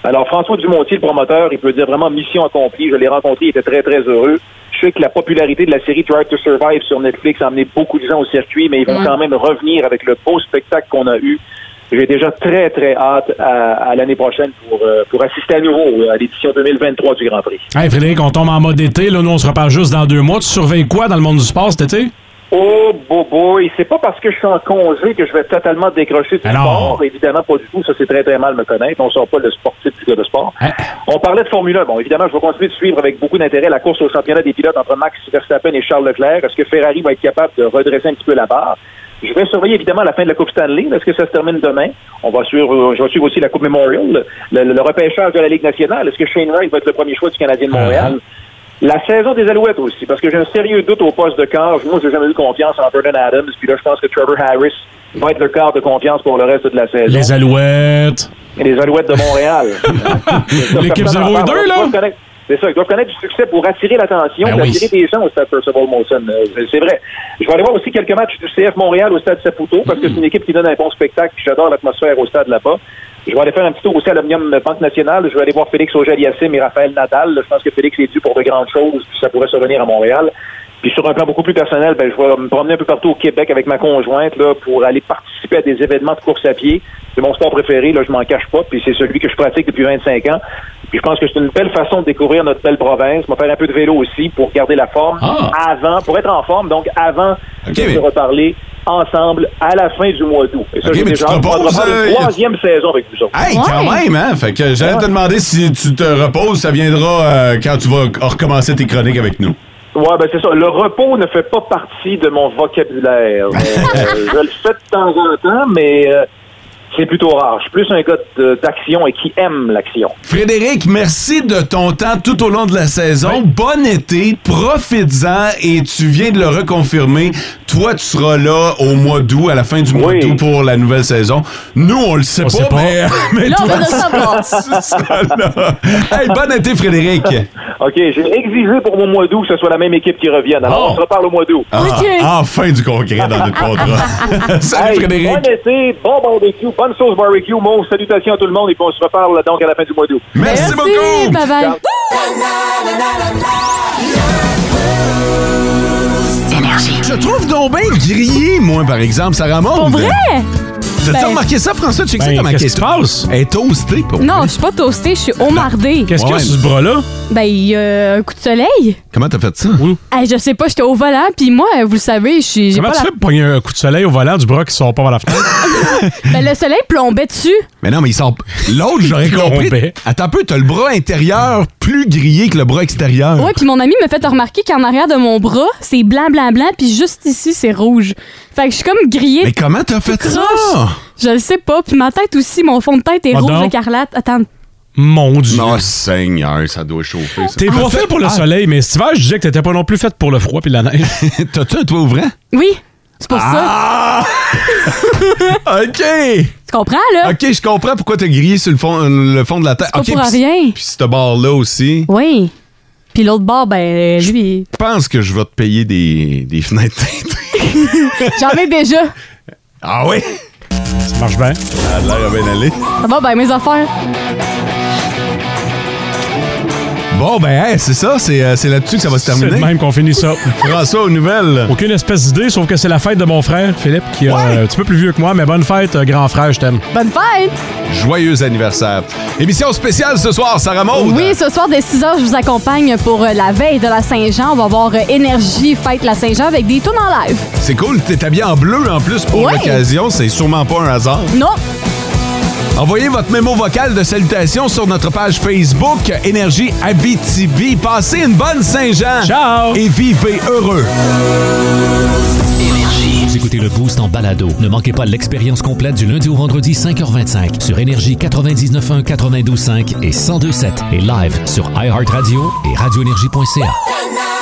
Speaker 11: Alors, François Dumontier, le promoteur, il peut dire vraiment mission accomplie. Je l'ai rencontré, il était très, très heureux. Je sais que la popularité de la série Drive to Survive sur Netflix a amené beaucoup de gens au circuit, mais ils vont
Speaker 6: Ouais.
Speaker 11: quand même revenir avec le beau spectacle qu'on a eu. J'ai déjà très, très hâte à, à l'année prochaine pour, euh, pour assister à nouveau à l'édition deux mille vingt-trois du Grand Prix.
Speaker 7: Hey, Frédéric, on tombe en mode été. Là, nous, on se reparle juste dans deux mois. Tu surveilles quoi dans le monde du sport cet été?
Speaker 11: Oh, boy, boy, c'est pas parce que je suis en congé que je vais totalement décrocher du
Speaker 7: Alors...
Speaker 11: sport. Évidemment, pas du tout. Ça, c'est très, très mal me connaître. On sort pas le sportif du gars de sport.
Speaker 7: Hein?
Speaker 11: On parlait de Formule un. Bon, évidemment, je vais continuer de suivre avec beaucoup d'intérêt la course au championnat des pilotes entre Max Verstappen et Charles Leclerc. Est-ce que Ferrari va être capable de redresser un petit peu la barre? Je vais surveiller évidemment la fin de la Coupe Stanley. Est-ce que ça se termine demain? On va suivre, je vais suivre aussi la Coupe Memorial, le, le, le repêchage de la Ligue nationale. Est-ce que Shane Wright va être le premier choix du Canadien de Montréal? La saison des Alouettes aussi, parce que j'ai un sérieux doute au poste de quart. Moi, j'ai jamais eu confiance en Vernon Adams. Puis là, je pense que Trevor Harris va être le quart de confiance pour le reste de la saison.
Speaker 7: Les Alouettes.
Speaker 11: Et les Alouettes de Montréal.
Speaker 7: L'équipe zéro et deux, là?
Speaker 11: C'est ça, ils doivent connaître du succès pour attirer l'attention,
Speaker 7: Ben
Speaker 11: pour
Speaker 7: oui.
Speaker 11: attirer des gens au stade Percival Molson. Euh, c'est vrai. Je vais aller voir aussi quelques matchs du C F Montréal au stade Saputo, parce que c'est une équipe qui donne un bon spectacle, puis j'adore l'atmosphère au stade là-bas. Je vais aller faire un petit tour aussi à l'Omnium Banque Nationale. Je vais aller voir Félix Auger-Aliassime et Raphaël Nadal. Je pense que Félix est dû pour de grandes choses, puis ça pourrait survenir à Montréal. Puis sur un plan beaucoup plus personnel, ben, je vais me promener un peu partout au Québec avec ma conjointe là, pour aller participer à des événements de course à pied. C'est mon sport préféré, là, je m'en cache pas, puis c'est celui que je pratique depuis vingt-cinq ans. Puis je pense que c'est une belle façon de découvrir notre belle province. On va faire un peu de vélo aussi pour garder la forme
Speaker 5: Ah.
Speaker 11: avant, pour être en forme, donc avant
Speaker 5: Ok,
Speaker 11: de
Speaker 5: mais-
Speaker 11: se reparler ensemble à la fin du mois d'août. Et ça,
Speaker 5: Ok,
Speaker 11: j'ai
Speaker 5: mais
Speaker 11: déjà
Speaker 5: tu te
Speaker 11: hâte de
Speaker 5: reposes,
Speaker 11: reprendre
Speaker 5: euh,
Speaker 11: une troisième saison avec vous autres.
Speaker 5: Hey, quand même, hein? Fait que j'allais te demander si tu te reposes, ça viendra euh, quand tu vas recommencer tes chroniques avec nous.
Speaker 11: Ouais, ben c'est ça. Le repos ne fait pas partie de mon vocabulaire. Euh, je le fais de temps en temps, mais euh, c'est plutôt rare. Je suis plus un gars de- d'action et qui aime l'action.
Speaker 5: Frédéric, merci de ton temps tout au long de la saison. Bon été, profites-en et tu viens de le reconfirmer. Toi, tu seras là au mois d'août, à la fin du mois
Speaker 11: Oui.
Speaker 5: d'août pour la nouvelle saison. Nous, on le sait
Speaker 7: On
Speaker 5: pas,
Speaker 7: sait pas.
Speaker 5: mais, mais
Speaker 6: Là, on
Speaker 5: toi,
Speaker 6: va le savoir.
Speaker 5: tu seras là. Hey, bon été, Frédéric.
Speaker 11: OK, j'ai exigé pour mon mois d'août que ce soit la même équipe qui revienne. Alors,
Speaker 5: Oh.
Speaker 11: on se reparle au mois d'août.
Speaker 5: Ah,
Speaker 6: Ok.
Speaker 5: enfin du concret dans notre contrat. Salut,
Speaker 11: Hey,
Speaker 5: Frédéric.
Speaker 11: bon été, bon barbecue, bonne sauce barbecue. Mon salutations à tout le monde et puis on se reparle donc à la fin du mois d'août.
Speaker 5: Merci, beaucoup.
Speaker 6: Bye bye.
Speaker 11: Ciao.
Speaker 5: Je trouve donc bien grillé, moi, par exemple, Sarah Maud.
Speaker 6: Pour vrai?
Speaker 5: T'as-tu
Speaker 6: Ben-
Speaker 5: remarqué ça, François? Tu sais que
Speaker 7: Ben,
Speaker 5: c'est comment
Speaker 7: qu'est-ce
Speaker 5: elle
Speaker 7: qui se passe?
Speaker 5: Elle est toastée, pour
Speaker 6: Non,
Speaker 5: vrai.
Speaker 6: je suis pas toastée, je suis homardée.
Speaker 7: Qu'est-ce qu'il y a
Speaker 5: Ouais.
Speaker 7: sur ce bras-là?
Speaker 6: Ben, il y a un coup de soleil.
Speaker 5: Comment t'as fait ça?
Speaker 6: Hey, je sais pas, j'étais au volant, puis moi, vous le savez, je suis- j'ai
Speaker 7: Comment
Speaker 6: pas
Speaker 7: tu
Speaker 6: la...
Speaker 7: fais pour pogner un coup de soleil au volant du bras qui sort pas par la fenêtre?
Speaker 6: Ben, le soleil plombait dessus.
Speaker 5: Mais non, mais il sort. L'autre, j'aurais compris.
Speaker 7: Plombait.
Speaker 5: Attends un peu, t'as le bras intérieur plus grillé que le bras extérieur.
Speaker 6: Ouais, puis mon ami me fait remarquer qu'en arrière de mon bras, c'est blanc, blanc, blanc, puis juste ici, c'est rouge. Fait que je suis comme grillée.
Speaker 5: Mais comment t'as fait ça?
Speaker 6: croche. Je le sais pas, puis ma tête aussi, mon fond de tête est
Speaker 7: Ah,
Speaker 6: rouge
Speaker 7: donc?
Speaker 6: écarlate. Attends.
Speaker 7: Mon Dieu.
Speaker 5: Non, Seigneur, ça doit chauffer. Ça.
Speaker 7: T'es pas fait pour le soleil, mais cet hiver, je disais que t'étais pas non plus fait pour le froid puis la neige.
Speaker 5: T'as-tu un toit ouvrant?
Speaker 6: Oui, c'est pour
Speaker 5: Ah! OK!
Speaker 6: ça. Tu comprends, là?
Speaker 5: OK, je comprends pourquoi t'as grillé sur le fond, le fond de la tête.
Speaker 6: C'est pas
Speaker 5: OK,
Speaker 6: pour
Speaker 5: puis-
Speaker 6: rien.
Speaker 5: Puis ce bord-là aussi.
Speaker 6: Oui. Puis l'autre bord, ben, lui,
Speaker 5: Je pense que je vais te payer des, des fenêtres teintées.
Speaker 6: j'en ai déjà.
Speaker 5: Ah oui?
Speaker 7: Ça marche bien.
Speaker 5: Ça a l'air à bien aller.
Speaker 6: Ça va, ben, mes affaires.
Speaker 5: Bon, ben, hey, c'est ça. C'est euh, c'est là-dessus que ça va se
Speaker 7: C'est
Speaker 5: terminer.
Speaker 7: de même qu'on finit ça.
Speaker 5: François, aux nouvelles.
Speaker 7: Aucune espèce d'idée, sauf que c'est la fête de mon frère, Philippe, qui est
Speaker 5: Ouais.
Speaker 7: un petit peu plus vieux que moi, mais bonne fête, euh, grand frère, je t'aime.
Speaker 6: Bonne fête!
Speaker 5: Joyeux anniversaire. Émission spéciale ce soir, Sarah Maud.
Speaker 6: Oui, ce soir, dès six heures, je vous accompagne pour euh, la veille de la Saint-Jean. On va avoir euh, Énergie Fête la Saint-Jean avec des tunes en live.
Speaker 5: C'est cool. T'es habillé en bleu en plus pour
Speaker 6: Ouais.
Speaker 5: l'occasion. C'est sûrement pas un hasard.
Speaker 6: Non!
Speaker 5: Envoyez votre mémo vocal de salutation sur notre page Facebook Énergie Abitibi. Passez une bonne Saint-Jean.
Speaker 7: Ciao!
Speaker 5: Et vivez heureux.
Speaker 3: Vous écoutez le Boost en balado. Ne manquez pas l'expérience complète du lundi au vendredi cinq heures vingt-cinq sur Énergie quatre-vingt-dix-neuf un, quatre-vingt-douze cinq et cent deux sept et live sur iHeartRadio et radioénergie point c a.